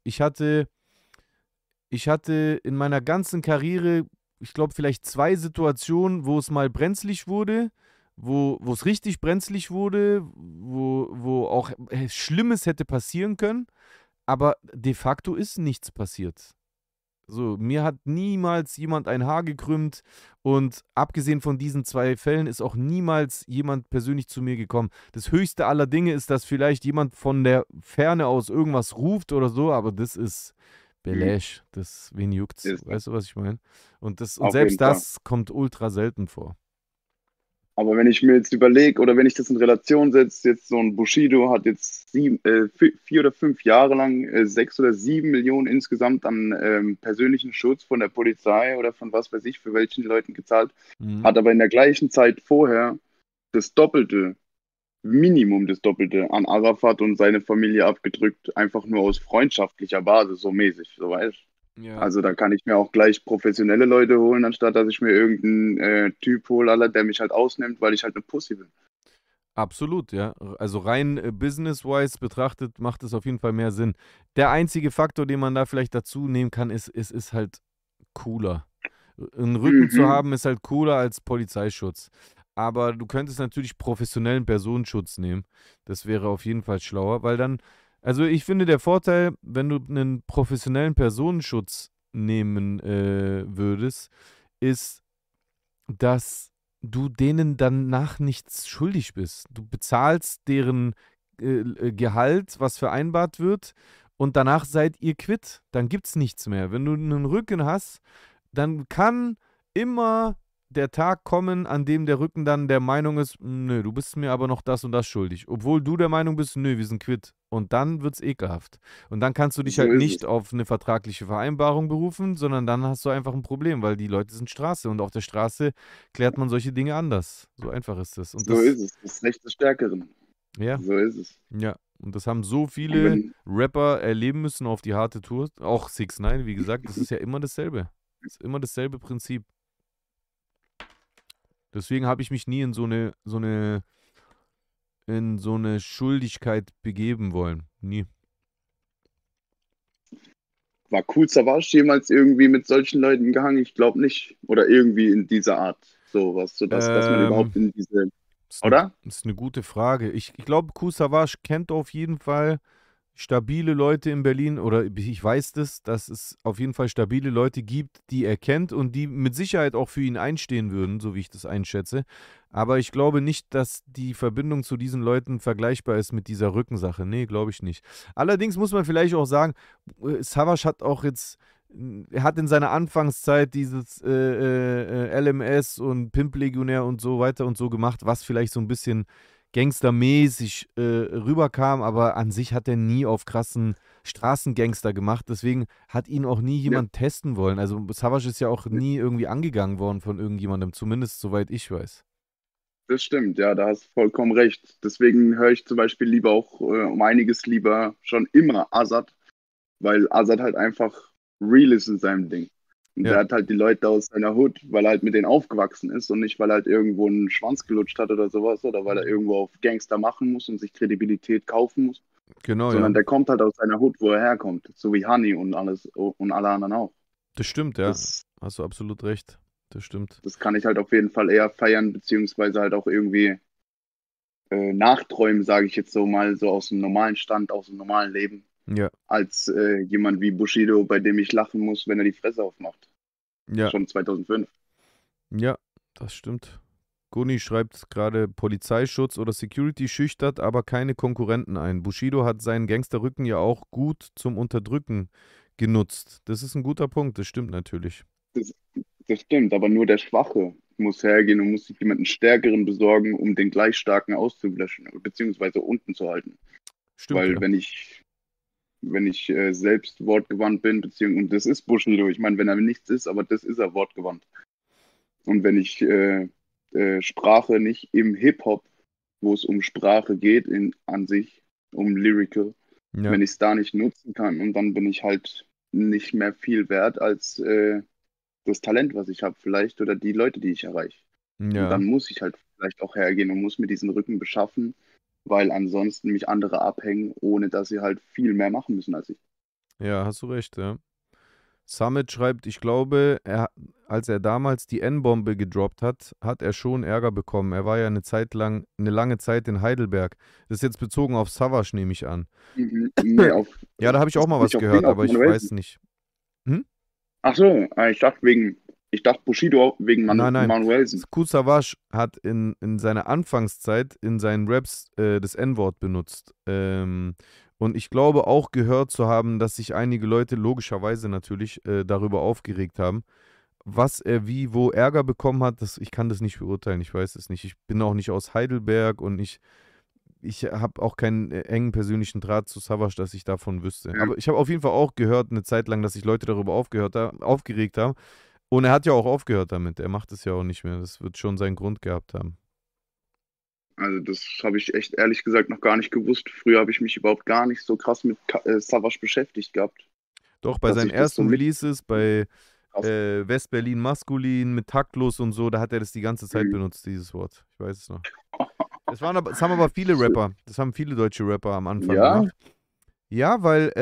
Speaker 2: Ich hatte in meiner ganzen Karriere, ich glaube, vielleicht 2 Situationen, wo es mal brenzlig wurde, wo es richtig brenzlig wurde, wo auch Schlimmes hätte passieren können, aber de facto ist nichts passiert. So, mir hat niemals jemand ein Haar gekrümmt, und abgesehen von diesen 2 Fällen ist auch niemals jemand persönlich zu mir gekommen. Das höchste aller Dinge ist, dass vielleicht jemand von der Ferne aus irgendwas ruft oder so, aber das ist Belash. Wen juckt's?
Speaker 4: Ist
Speaker 2: Weißt du, was ich meine? Und
Speaker 4: auf
Speaker 2: selbst
Speaker 4: jeden Fall.
Speaker 2: das kommt ultra selten vor.
Speaker 4: Aber wenn ich mir jetzt überlege oder wenn ich das in Relation setze, jetzt so ein Bushido hat jetzt 4 oder 5 Jahre lang 6 oder 7 Millionen insgesamt an persönlichen Schutz von der Polizei oder von was weiß ich für welchen Leuten gezahlt, hat aber in der gleichen Zeit vorher das Doppelte, Minimum das Doppelte an Arafat und seine Familie abgedrückt, einfach nur aus freundschaftlicher Basis, so mäßig, so weißt du.
Speaker 2: Ja.
Speaker 4: Also da kann ich mir auch gleich professionelle Leute holen, anstatt dass ich mir irgendeinen Typ hole, Alter, der mich halt ausnimmt, weil ich halt eine Pussy bin.
Speaker 2: Absolut, ja. Also rein business-wise betrachtet macht es auf jeden Fall mehr Sinn. Der einzige Faktor, den man da vielleicht dazu nehmen kann, ist, es ist halt cooler. Einen Rücken zu haben, ist halt cooler als Polizeischutz. Aber du könntest natürlich professionellen Personenschutz nehmen. Das wäre auf jeden Fall schlauer, weil dann, also ich finde der Vorteil, wenn du einen professionellen Personenschutz nehmen würdest, ist, dass du denen danach nichts schuldig bist. Du bezahlst deren Gehalt, was vereinbart wird, und danach seid ihr quitt. Dann gibt es nichts mehr. Wenn du einen Rücken hast, dann kann immer der Tag kommen, an dem der Rücken dann der Meinung ist, nö, du bist mir aber noch das und das schuldig. Obwohl du der Meinung bist, nö, wir sind quitt. Und dann wird es ekelhaft. Und dann kannst du dich
Speaker 4: So
Speaker 2: halt
Speaker 4: ist
Speaker 2: nicht
Speaker 4: es.
Speaker 2: auf eine vertragliche Vereinbarung berufen, sondern dann hast du einfach ein Problem, weil die Leute sind Straße. Und auf der Straße klärt man solche Dinge anders. So einfach ist es. Und
Speaker 4: So
Speaker 2: das,
Speaker 4: ist es. Das Recht des Stärkeren.
Speaker 2: ja,
Speaker 4: So ist es.
Speaker 2: ja. Und das haben so
Speaker 4: Und
Speaker 2: viele
Speaker 4: wenn,
Speaker 2: Rapper erleben müssen auf die harte Tour. Auch 6ix9ine, wie gesagt, das ist ja immer dasselbe. Das ist immer dasselbe Prinzip. Deswegen habe ich mich nie in so eine Schuldigkeit begeben wollen. Nie.
Speaker 4: war Kool Savas jemals irgendwie mit solchen Leuten gehangen? Ich glaube nicht. Oder irgendwie in dieser Art. Sowas, dass man
Speaker 2: Ähm,
Speaker 4: überhaupt in diese.
Speaker 2: ist eine,
Speaker 4: Oder?
Speaker 2: ist eine gute Frage. Ich glaube, Kool Savas kennt auf jeden Fall stabile Leute in Berlin, oder ich weiß das, dass es auf jeden Fall stabile Leute gibt, die er kennt und die mit Sicherheit auch für ihn einstehen würden, so wie ich das einschätze. Aber ich glaube nicht, dass die Verbindung zu diesen Leuten vergleichbar ist mit dieser Rückensache. Nee, glaube ich nicht. Allerdings muss man vielleicht auch sagen, Savas hat auch jetzt, er hat in seiner Anfangszeit dieses LMS und Pimp-Legionär und so weiter und so gemacht, was vielleicht so ein bisschen gangstermäßig rüberkam, aber an sich hat er nie auf krassen Straßengangster gemacht. Deswegen hat ihn auch nie
Speaker 4: Ja,
Speaker 2: jemand testen wollen. Also Savas ist ja auch nie irgendwie angegangen worden von irgendjemandem, zumindest soweit ich weiß.
Speaker 4: das stimmt. Ja, da hast du vollkommen recht. Deswegen höre ich zum Beispiel lieber auch um einiges lieber schon immer Azad, weil Azad halt einfach real ist in seinem Ding. Und der
Speaker 2: Ja,
Speaker 4: hat halt die Leute aus seiner Hut, weil er halt mit denen aufgewachsen ist und nicht, weil er halt irgendwo einen Schwanz gelutscht hat oder sowas oder weil er irgendwo auf Gangster machen muss und sich Kredibilität kaufen muss,
Speaker 2: genau, ja.
Speaker 4: sondern der kommt halt aus seiner Hut, wo er herkommt, so wie Honey und alles und alle anderen auch.
Speaker 2: Das stimmt, ja.
Speaker 4: Das,
Speaker 2: Hast du absolut recht. Das stimmt.
Speaker 4: das kann ich halt auf jeden Fall eher feiern, beziehungsweise halt auch irgendwie nachträumen, sage ich jetzt so mal, so aus dem normalen Stand, aus dem normalen Leben,
Speaker 2: Ja,
Speaker 4: als jemand wie Bushido, bei dem ich lachen muss, wenn er die Fresse aufmacht.
Speaker 2: ja,
Speaker 4: Schon 2005.
Speaker 2: ja, das stimmt. Goni schreibt gerade, Polizeischutz oder Security schüchtert aber keine Konkurrenten ein. Bushido hat seinen Gangsterrücken ja auch gut zum Unterdrücken genutzt. Das ist ein guter Punkt, das stimmt natürlich.
Speaker 4: Das, das stimmt, aber nur der Schwache muss hergehen und muss sich jemanden Stärkeren besorgen, um den gleich Starken auszulöschen, beziehungsweise unten zu halten.
Speaker 2: Stimmt,
Speaker 4: Weil
Speaker 2: ja.
Speaker 4: wenn ich selbst wortgewandt bin, beziehungsweise, und das ist Bushido, ich meine, wenn er nichts ist, aber das ist er wortgewandt. Und wenn ich Sprache nicht im Hip-Hop, wo es um Sprache geht, an sich, um Lyrical,
Speaker 2: Ja,
Speaker 4: wenn ich es da nicht nutzen kann, und dann bin ich halt nicht mehr viel wert als das Talent, was ich habe vielleicht, oder die Leute, die ich erreiche. Und
Speaker 2: ja,
Speaker 4: dann muss ich halt vielleicht auch hergehen und muss mir diesen Rücken beschaffen, weil ansonsten mich andere abhängen, ohne dass sie halt viel mehr machen müssen als ich.
Speaker 2: ja, hast du recht, ja. Summit schreibt, ich glaube, als er damals die N-Bombe gedroppt hat, hat er schon Ärger bekommen. Er war ja eine lange Zeit in Heidelberg. Das ist jetzt bezogen auf Savas, nehme ich an.
Speaker 4: Nee,
Speaker 2: Ja, da habe ich auch mal was
Speaker 4: nicht auf den,
Speaker 2: gehört,
Speaker 4: auf
Speaker 2: aber ich
Speaker 4: Manuelsen.
Speaker 2: weiß nicht. Hm?
Speaker 4: Ach so, ich dachte Bushido wegen
Speaker 2: Nein, nein.
Speaker 4: Manuelsen.
Speaker 2: Kool Savas hat in seiner Anfangszeit in seinen Raps das N-Wort benutzt. Und ich glaube auch gehört zu haben, dass sich einige Leute logischerweise natürlich darüber aufgeregt haben. Was er wie, wo Ärger bekommen hat, ich kann das nicht beurteilen, ich weiß es nicht. Ich bin auch nicht aus Heidelberg und ich habe auch keinen engen persönlichen Draht zu Savas, dass ich davon wüsste.
Speaker 4: Ja,
Speaker 2: Aber ich habe auf jeden Fall auch gehört, eine Zeit lang, dass sich Leute darüber aufgeregt haben. Und er hat ja auch aufgehört damit. Er macht es ja auch nicht mehr. Das wird schon seinen Grund gehabt haben.
Speaker 4: also das habe ich echt ehrlich gesagt noch gar nicht gewusst. Früher habe ich mich überhaupt gar nicht so krass mit Savas beschäftigt gehabt,
Speaker 2: Doch, bei
Speaker 4: dass
Speaker 2: seinen
Speaker 4: ich das so
Speaker 2: ersten
Speaker 4: mit
Speaker 2: Releases, bei
Speaker 4: krass.
Speaker 2: West-Berlin Maskulin mit Taktlos und so, da hat er das die ganze Zeit
Speaker 4: Mhm.
Speaker 2: benutzt, dieses Wort. Ich weiß es noch. Das haben aber viele Rapper, das haben viele deutsche Rapper am Anfang
Speaker 4: Ja,
Speaker 2: gemacht. Ja, weil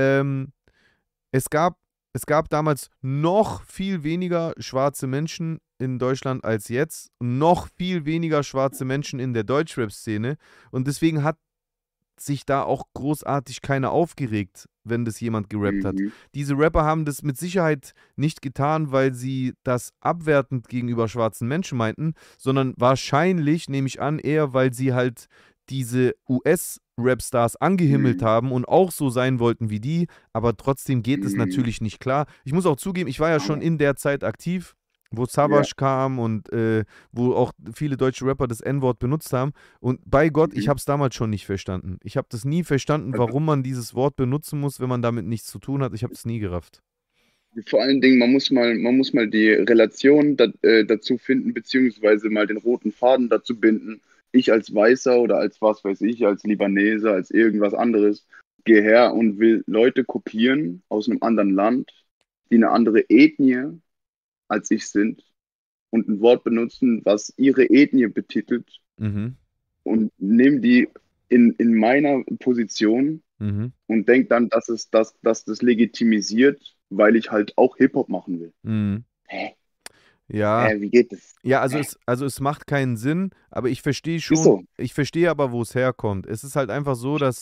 Speaker 2: es gab damals noch viel weniger schwarze Menschen in Deutschland als jetzt, noch viel weniger schwarze Menschen in der Deutschrap-Szene und deswegen hat sich da auch großartig keiner aufgeregt, wenn das jemand gerappt hat.
Speaker 4: Mhm.
Speaker 2: Diese Rapper haben das mit Sicherheit nicht getan, weil sie das abwertend gegenüber schwarzen Menschen meinten, sondern wahrscheinlich, nehme ich an, eher, weil sie halt diese US-Rapstars angehimmelt
Speaker 4: Mhm.
Speaker 2: haben und auch so sein wollten wie die, aber trotzdem geht es
Speaker 4: Mhm.
Speaker 2: natürlich nicht klar. Ich muss auch zugeben, ich war ja schon
Speaker 4: Aber,
Speaker 2: in der Zeit aktiv, wo
Speaker 4: ja.
Speaker 2: Savage kam und wo auch viele deutsche Rapper das N-Wort benutzt haben. Und bei Gott, ich
Speaker 4: Mhm.
Speaker 2: habe es damals schon nicht verstanden. Ich habe das nie verstanden,
Speaker 4: Also,
Speaker 2: warum man dieses Wort benutzen muss, wenn man damit nichts zu tun hat. Ich habe es nie gerafft.
Speaker 4: vor allen Dingen, man muss mal die Relation dazu finden, beziehungsweise mal den roten Faden dazu binden. Ich als Weißer oder als was weiß ich, als Libaneser, als irgendwas anderes, gehe her und will Leute kopieren aus einem anderen Land, die eine andere Ethnie als ich sind und ein Wort benutzen, was ihre Ethnie betitelt
Speaker 2: Mhm.
Speaker 4: und nehme die in meiner Position
Speaker 2: Mhm.
Speaker 4: und denke dann, dass das legitimisiert, weil ich halt auch Hip-Hop machen will.
Speaker 2: Mhm.
Speaker 4: Hä?
Speaker 2: Ja.
Speaker 4: Wie geht das?
Speaker 2: Ja, also
Speaker 4: Hä?
Speaker 2: es macht keinen Sinn, aber ich verstehe
Speaker 4: Ist
Speaker 2: schon,
Speaker 4: so.
Speaker 2: ich verstehe aber, wo es herkommt. Es ist halt einfach so, dass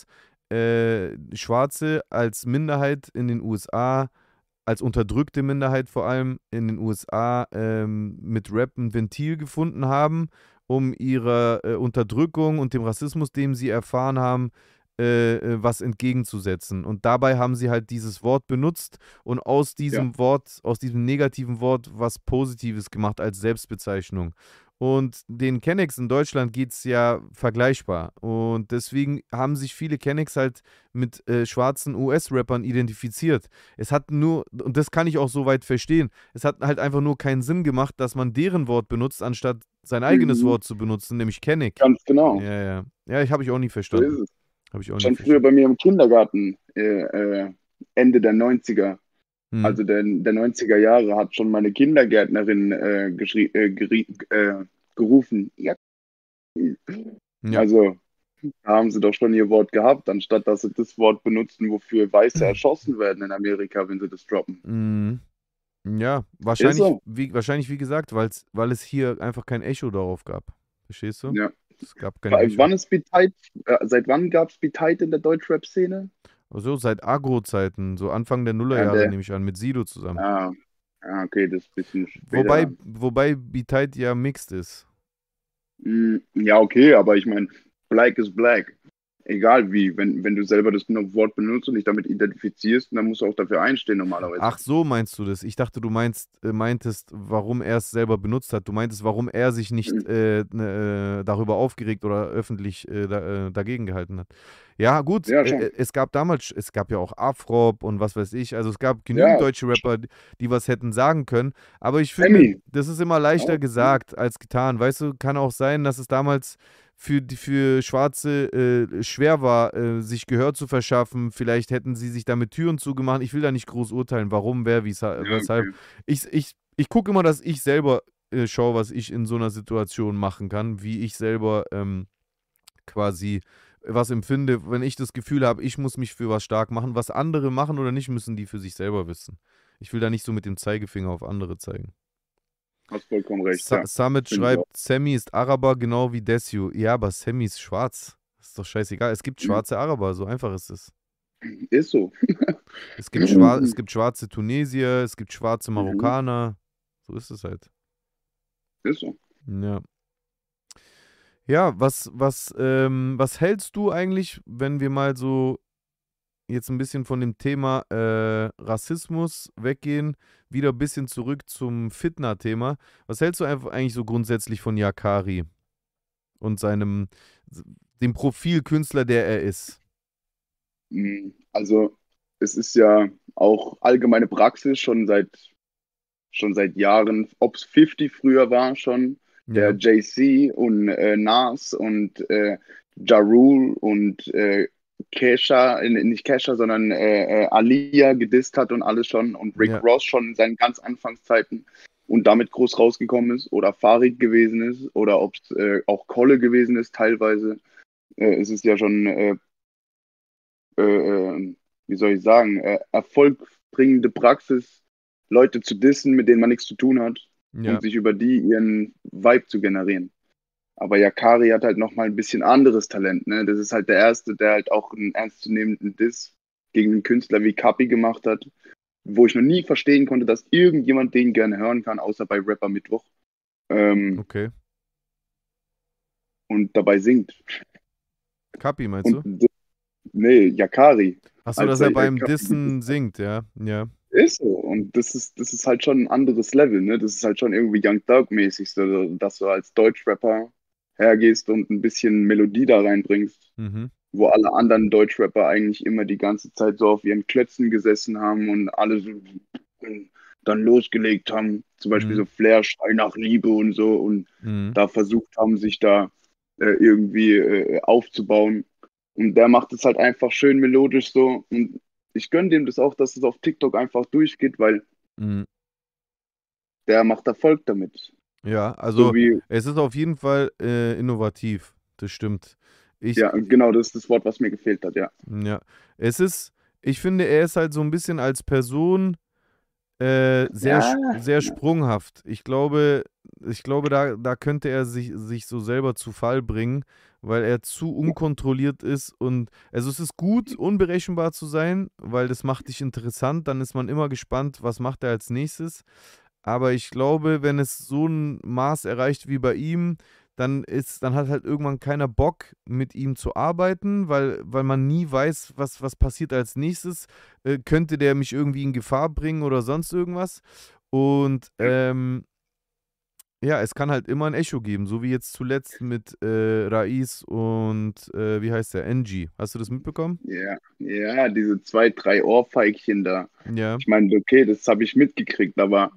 Speaker 2: Schwarze als Minderheit in den USA, als unterdrückte Minderheit vor allem in den USA, mit Rap ein Ventil gefunden haben, um ihrer Unterdrückung und dem Rassismus, den sie erfahren haben, was entgegenzusetzen. Und dabei haben sie halt dieses Wort benutzt und aus
Speaker 4: Ja,
Speaker 2: diesem Wort, aus diesem negativen Wort, was Positives gemacht als Selbstbezeichnung. Und den Kennex in Deutschland geht es ja vergleichbar. Und deswegen haben sich viele Kennex halt mit schwarzen US-Rappern identifiziert. Es hat nur, und das kann ich auch soweit verstehen, es hat halt einfach nur keinen Sinn gemacht, dass man deren Wort benutzt, anstatt sein eigenes
Speaker 4: mhm.
Speaker 2: Wort zu benutzen, nämlich Kenneck.
Speaker 4: Ganz genau.
Speaker 2: Ja, ja. Ja, habe ich auch nie
Speaker 4: So ist
Speaker 2: verstanden.
Speaker 4: es.
Speaker 2: Habe ich auch nie
Speaker 4: Schon früher
Speaker 2: verstanden.
Speaker 4: bei mir im Kindergarten, Ende der 90er,
Speaker 2: Hm.
Speaker 4: also der 90er Jahre, hat schon meine Kindergärtnerin gerufen. Ja.
Speaker 2: Ja.
Speaker 4: Also, da haben sie doch schon ihr Wort gehabt, anstatt dass sie das Wort benutzen, wofür Weiße erschossen werden in Amerika, wenn sie das droppen.
Speaker 2: Mhm. Ja,
Speaker 4: Ist so.
Speaker 2: wahrscheinlich wie gesagt, weil es hier einfach kein Echo darauf gab. Verstehst du?
Speaker 4: Ja.
Speaker 2: Es gab kein Echo.
Speaker 4: Wann ist seit wann gab es Beteid in der Deutschrap-Szene?
Speaker 2: Also seit Agro-Zeiten, so Anfang der
Speaker 4: Ja,
Speaker 2: Nullerjahre nehme ich an, mit Sido zusammen.
Speaker 4: okay, das ist ein bisschen später
Speaker 2: Wobei,
Speaker 4: dann.
Speaker 2: wobei Beteid ja mixed ist.
Speaker 4: Ja, okay, aber ich meine, Black is Black. Egal wie, wenn du selber das Wort benutzt und dich damit identifizierst, dann musst du auch dafür einstehen normalerweise.
Speaker 2: Ach, so meinst du das? Ich dachte, du meintest, warum er es selber benutzt hat. Du meintest, warum er sich nicht darüber aufgeregt oder öffentlich dagegen gehalten hat. Ja, gut,
Speaker 4: Ja, schon.
Speaker 2: es gab ja auch Afrop und was weiß ich. Also es gab genügend
Speaker 4: Ja,
Speaker 2: deutsche Rapper, die was hätten sagen können. Aber ich finde,
Speaker 4: Emmy.
Speaker 2: das ist immer leichter
Speaker 4: Auch.
Speaker 2: gesagt als getan. Weißt du, kann auch sein, dass es damals für Schwarze schwer war, sich Gehör zu verschaffen. Vielleicht hätten sie sich damit Türen zugemacht. Ich will da nicht groß urteilen, warum, wer,
Speaker 4: Ja,
Speaker 2: weshalb.
Speaker 4: okay.
Speaker 2: Ich gucke immer, dass ich selber schaue, was ich in so einer Situation machen kann, wie ich selber quasi was empfinde, wenn ich das Gefühl habe, ich muss mich für was stark machen. Was andere machen oder nicht, müssen die für sich selber wissen. Ich will da nicht so mit dem Zeigefinger auf andere zeigen.
Speaker 4: Hast vollkommen recht, ja.
Speaker 2: Summit
Speaker 4: Finde ich auch.
Speaker 2: schreibt, Sammy ist Araber, genau wie Desio. Ja, aber Sammy ist schwarz. Ist doch scheißegal. Es gibt schwarze Araber, so einfach ist es.
Speaker 4: Ist so.
Speaker 2: Es gibt schwarze Tunesier, es gibt schwarze Marokkaner. So ist es halt.
Speaker 4: Ist so.
Speaker 2: Ja. Ja, was hältst du eigentlich, wenn wir mal so jetzt ein bisschen von dem Thema Rassismus weggehen, wieder ein bisschen zurück zum Fitna-Thema. Was hältst du eigentlich so grundsätzlich von Yakari und dem Profilkünstler, der er ist?
Speaker 4: Also, es ist ja auch allgemeine Praxis schon seit Jahren, ob es 50 früher war schon, der
Speaker 2: Ja,
Speaker 4: Jay-Z und Nas und Ja Rule und Kesha, nicht Kesha, sondern Aaliyah gedisst hat und alles schon und Rick
Speaker 2: ja,
Speaker 4: Ross schon in seinen ganz Anfangszeiten und damit groß rausgekommen ist oder Farid gewesen ist oder ob es auch Kolle gewesen ist teilweise. Es ist ja schon, wie soll ich sagen, erfolgbringende Praxis, Leute zu dissen, mit denen man nichts zu tun hat
Speaker 2: ja,
Speaker 4: und sich über die ihren Vibe zu generieren. Aber Yakari hat halt nochmal ein bisschen anderes Talent, ne? Das ist halt der Erste, der halt auch einen ernstzunehmenden Diss gegen einen Künstler wie Kapi gemacht hat, wo ich noch nie verstehen konnte, dass irgendjemand den gerne hören kann, außer bei Rapper Mittwoch.
Speaker 2: Okay.
Speaker 4: Und dabei singt.
Speaker 2: Kapi, meinst du?
Speaker 4: Und nee, Yakari.
Speaker 2: Achso, dass er beim Dissen singt, ja. Ja.
Speaker 4: Ist so. Und das ist halt schon ein anderes Level, ne? Das ist halt schon irgendwie Young Thug-mäßig, so, dass du als Deutschrapper hergehst und ein bisschen Melodie da reinbringst,
Speaker 2: Mhm.
Speaker 4: wo alle anderen Deutschrapper eigentlich immer die ganze Zeit so auf ihren Klötzen gesessen haben und alle so dann losgelegt haben. Zum Beispiel so Flair, Schrei nach Liebe und so und da versucht haben, sich da irgendwie aufzubauen. Und der macht es halt einfach schön melodisch so. Und ich gönne dem das auch, dass es auf TikTok einfach durchgeht, weil der macht Erfolg damit.
Speaker 2: Ja, also
Speaker 4: So wie,
Speaker 2: es ist auf jeden Fall innovativ. Das stimmt.
Speaker 4: ja, genau, das ist das Wort, was mir gefehlt hat, ja.
Speaker 2: Ja, ich finde, er ist halt so ein bisschen als Person sehr sprunghaft. Ich glaube, da könnte er sich so selber zu Fall bringen, weil er zu unkontrolliert ist und also es ist gut, unberechenbar zu sein, weil das macht dich interessant, dann ist man immer gespannt, was macht er als nächstes. Aber ich glaube, wenn es so ein Maß erreicht wie bei ihm, dann hat halt irgendwann keiner Bock, mit ihm zu arbeiten, weil man nie weiß, was passiert als nächstes. Könnte der mich irgendwie in Gefahr bringen oder sonst irgendwas? Und ja, es kann halt immer ein Echo geben, so wie jetzt zuletzt mit Raiz und wie heißt der? NG. Hast du das mitbekommen?
Speaker 4: Ja, diese 2, 3 Ohrfeigchen da.
Speaker 2: Ja.
Speaker 4: Ich meine, okay, das habe ich mitgekriegt, aber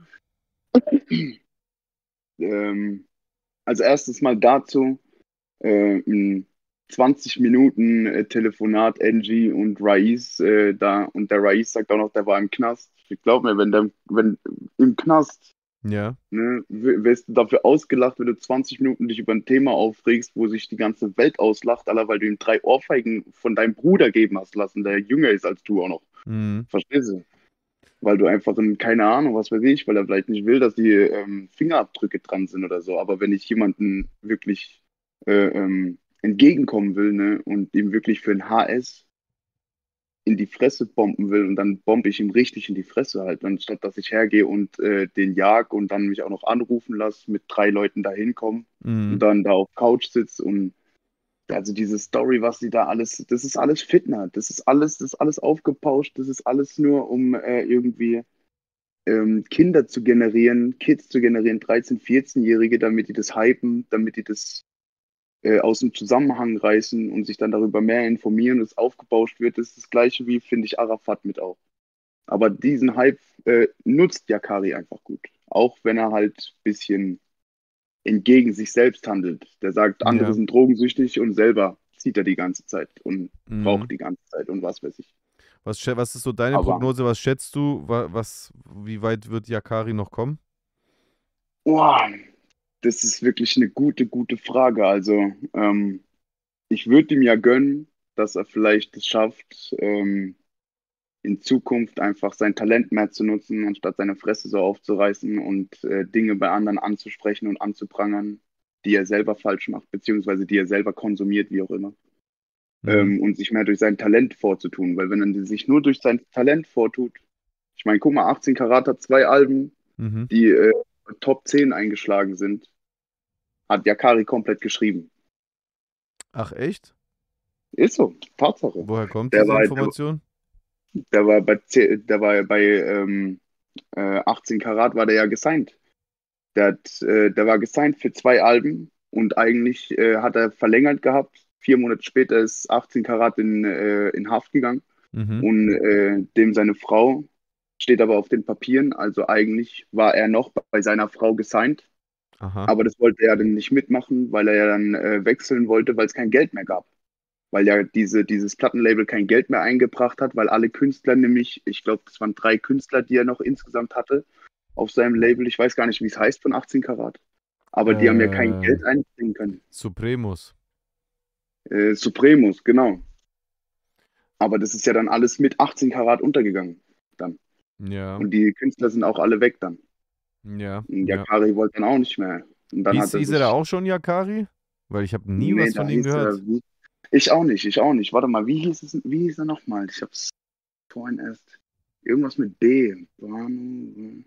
Speaker 4: als erstes mal dazu, ein 20 Minuten Telefonat NG und Raiz da und der Raiz sagt auch noch, der war im Knast. Ich glaube mir, wenn im Knast,
Speaker 2: Ja.
Speaker 4: ne, wirst du dafür ausgelacht, wenn du 20 Minuten dich über ein Thema aufregst, wo sich die ganze Welt auslacht, Alter, weil du ihm 3 Ohrfeigen von deinem Bruder geben hast lassen, der jünger ist als du auch noch. Verstehst du? Weil du einfach keine Ahnung, was weiß ich, weil er vielleicht nicht will, dass die Fingerabdrücke dran sind oder so. Aber wenn ich jemanden wirklich entgegenkommen will, ne, und ihm wirklich für ein HS in die Fresse bomben will und dann bombe ich ihm richtig in die Fresse halt, anstatt dass ich hergehe und den jag und dann mich auch noch anrufen lasse, mit 3 Leuten da hinkommen und dann da auf Couch sitzt und also diese Story, was sie da alles, das ist alles Fitner, das ist alles aufgepauscht, das ist alles nur, um irgendwie Kids zu generieren, 13-, 14-Jährige, damit die das hypen, damit die das aus dem Zusammenhang reißen und sich dann darüber mehr informieren und es aufgebauscht wird. Das ist das Gleiche wie, finde ich, Arafat mit auch. Aber diesen Hype nutzt Yakari einfach gut. Auch wenn er halt ein bisschen entgegen sich selbst handelt. Der sagt, andere sind drogensüchtig und selber zieht er die ganze Zeit und raucht die ganze Zeit und was weiß ich.
Speaker 2: Was ist so deine Prognose? Was schätzt du? Wie weit wird Yakari noch kommen?
Speaker 4: Boah, das ist wirklich eine gute Frage. Also, ich würde ihm ja gönnen, dass er vielleicht es schafft, in Zukunft einfach sein Talent mehr zu nutzen, anstatt seine Fresse so aufzureißen und Dinge bei anderen anzusprechen und anzuprangern, die er selber falsch macht, beziehungsweise die er selber konsumiert, wie auch immer. Und sich mehr durch sein Talent vorzutun. Weil wenn er sich nur durch sein Talent vortut, ich meine, guck mal, 18 Karat hat 2 Alben, die Top 10 eingeschlagen sind, hat Yakari komplett geschrieben.
Speaker 2: Ach, echt?
Speaker 4: Ist so, Tatsache.
Speaker 2: Woher kommt diese Information?
Speaker 4: Der war bei 18 Karat war der ja gesigned. Der war gesigned für 2 Alben und eigentlich hat er verlängert gehabt. 4 Monate später ist 18 Karat in Haft gegangen und dem seine Frau steht aber auf den Papieren. Also eigentlich war er noch bei seiner Frau gesigned.
Speaker 2: Aha.
Speaker 4: Aber das wollte er dann nicht mitmachen, weil er ja dann wechseln wollte, weil es kein Geld mehr gab. Weil ja dieses Plattenlabel kein Geld mehr eingebracht hat, weil alle Künstler nämlich, ich glaube, das waren 3 Künstler, die er noch insgesamt hatte auf seinem Label. Ich weiß gar nicht, wie es heißt von 18 Karat. Aber die haben ja kein Geld einbringen können.
Speaker 2: Supremus.
Speaker 4: Supremus, genau. Aber das ist ja dann alles mit 18 Karat untergegangen dann.
Speaker 2: Ja.
Speaker 4: Und die Künstler sind auch alle weg dann.
Speaker 2: Ja.
Speaker 4: Und Yakari wollte dann auch nicht mehr. Und dann
Speaker 2: hieß er da auch schon Yakari? Weil ich habe nie was von ihm gehört.
Speaker 4: Ich auch nicht. Warte mal, wie hieß er nochmal? vorhin erst irgendwas mit B. Banu,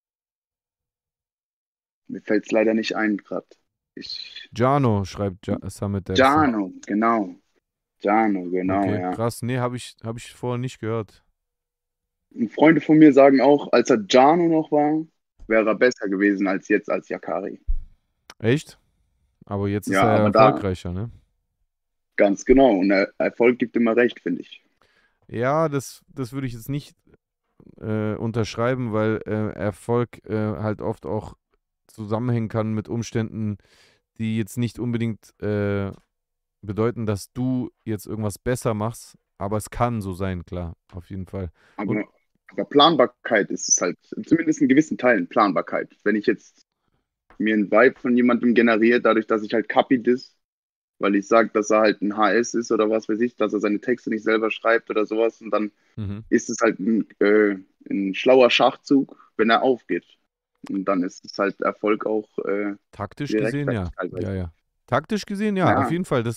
Speaker 4: mir fällt es leider nicht ein gerade.
Speaker 2: Jano schreibt Summit Depths.
Speaker 4: Jano, genau. Jano, genau,
Speaker 2: Okay,
Speaker 4: ja.
Speaker 2: krass. Nee, hab ich vorher nicht gehört.
Speaker 4: Und Freunde von mir sagen auch, als er Jano noch war, wäre er besser gewesen als jetzt als Yakari.
Speaker 2: Echt? Aber jetzt ist
Speaker 4: Ja,
Speaker 2: er
Speaker 4: aber da
Speaker 2: erfolgreicher, ne?
Speaker 4: ganz genau. Und Erfolg gibt immer recht, finde ich.
Speaker 2: Ja, das würde ich jetzt nicht unterschreiben, weil Erfolg halt oft auch zusammenhängen kann mit Umständen, die jetzt nicht unbedingt bedeuten, dass du jetzt irgendwas besser machst, aber es kann so sein, klar, auf jeden Fall. Und
Speaker 4: Aber Planbarkeit ist es halt, zumindest in gewissen Teilen Planbarkeit. Wenn ich jetzt mir einen Vibe von jemandem generiere, dadurch, dass ich halt Kapi diss, weil ich sage, dass er halt ein HS ist oder was weiß ich, dass er seine Texte nicht selber schreibt oder sowas, und dann ist es halt ein schlauer Schachzug, wenn er aufgeht. Und dann ist es halt Erfolg auch
Speaker 2: taktisch gesehen, ja.
Speaker 4: gerechtfertigt teilweise.
Speaker 2: Ja, ja. Taktisch gesehen, ja, auf
Speaker 4: Ja,
Speaker 2: jeden Fall.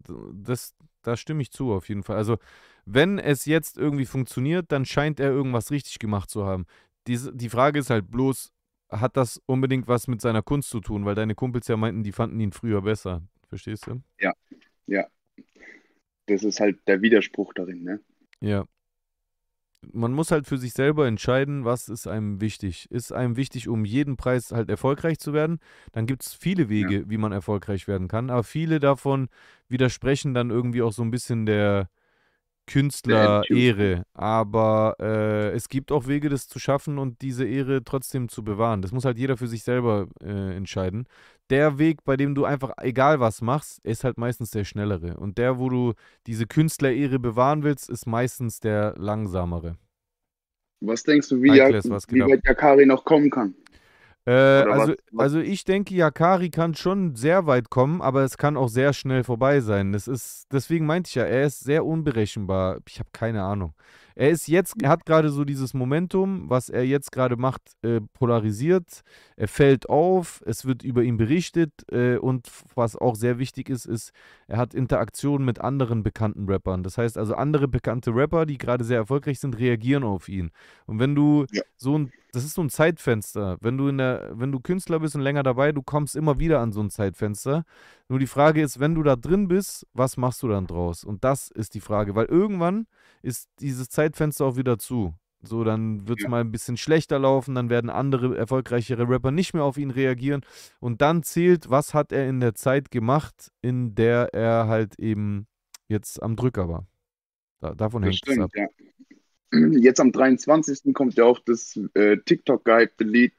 Speaker 2: Da stimme ich zu, auf jeden Fall. Also, wenn es jetzt irgendwie funktioniert, dann scheint er irgendwas richtig gemacht zu haben. Die Frage ist halt bloß, hat das unbedingt was mit seiner Kunst zu tun? Weil deine Kumpels ja meinten, die fanden ihn früher besser. Verstehst du?
Speaker 4: ja, ja. Das ist halt der Widerspruch darin, ne?
Speaker 2: Ja. Man muss halt für sich selber entscheiden, was ist einem wichtig. Ist einem wichtig, um jeden Preis halt erfolgreich zu werden? Dann gibt es viele
Speaker 4: Ja.
Speaker 2: Wege, wie man erfolgreich werden kann. Aber viele davon widersprechen dann irgendwie auch so ein bisschen der Künstler-Ehre. Aber es gibt auch Wege, das zu schaffen und diese Ehre trotzdem zu bewahren. Das muss halt jeder für sich selber entscheiden. Der Weg, bei dem du einfach egal was machst, ist halt meistens der schnellere. Und der, wo du diese Künstlerehre bewahren willst, ist meistens der langsamere.
Speaker 4: Was denkst du, wie
Speaker 2: Heikles, was geht ab?
Speaker 4: weit Yakari noch kommen kann? Oder was?
Speaker 2: Also ich denke, Yakari kann schon sehr weit kommen, aber es kann auch sehr schnell vorbei sein. Deswegen meinte ich ja, er ist sehr unberechenbar. Ich habe keine Ahnung. Er hat gerade so dieses Momentum, was er jetzt gerade macht, polarisiert. Er fällt auf, es wird über ihn berichtet und was auch sehr wichtig ist, er hat Interaktion mit anderen bekannten Rappern. Das heißt also, andere bekannte Rapper, die gerade sehr erfolgreich sind, reagieren auf ihn. Und wenn du
Speaker 4: Ja.
Speaker 2: das ist so ein Zeitfenster. Wenn du Künstler bist und länger dabei, du kommst immer wieder an so ein Zeitfenster. Nur die Frage ist, wenn du da drin bist, was machst du dann draus? Und das ist die Frage, weil irgendwann ist dieses Zeitfenster auch wieder zu. So, dann wird es
Speaker 4: Ja.
Speaker 2: mal ein bisschen schlechter laufen, dann werden andere erfolgreichere Rapper nicht mehr auf ihn reagieren. Und dann zählt, was hat er in der Zeit gemacht, in der er halt eben jetzt am Drücker war. Davon
Speaker 4: Das
Speaker 2: hängt es ab.
Speaker 4: stimmt, ja. Jetzt am 23. kommt ja auch das TikTok-gehypte Lied,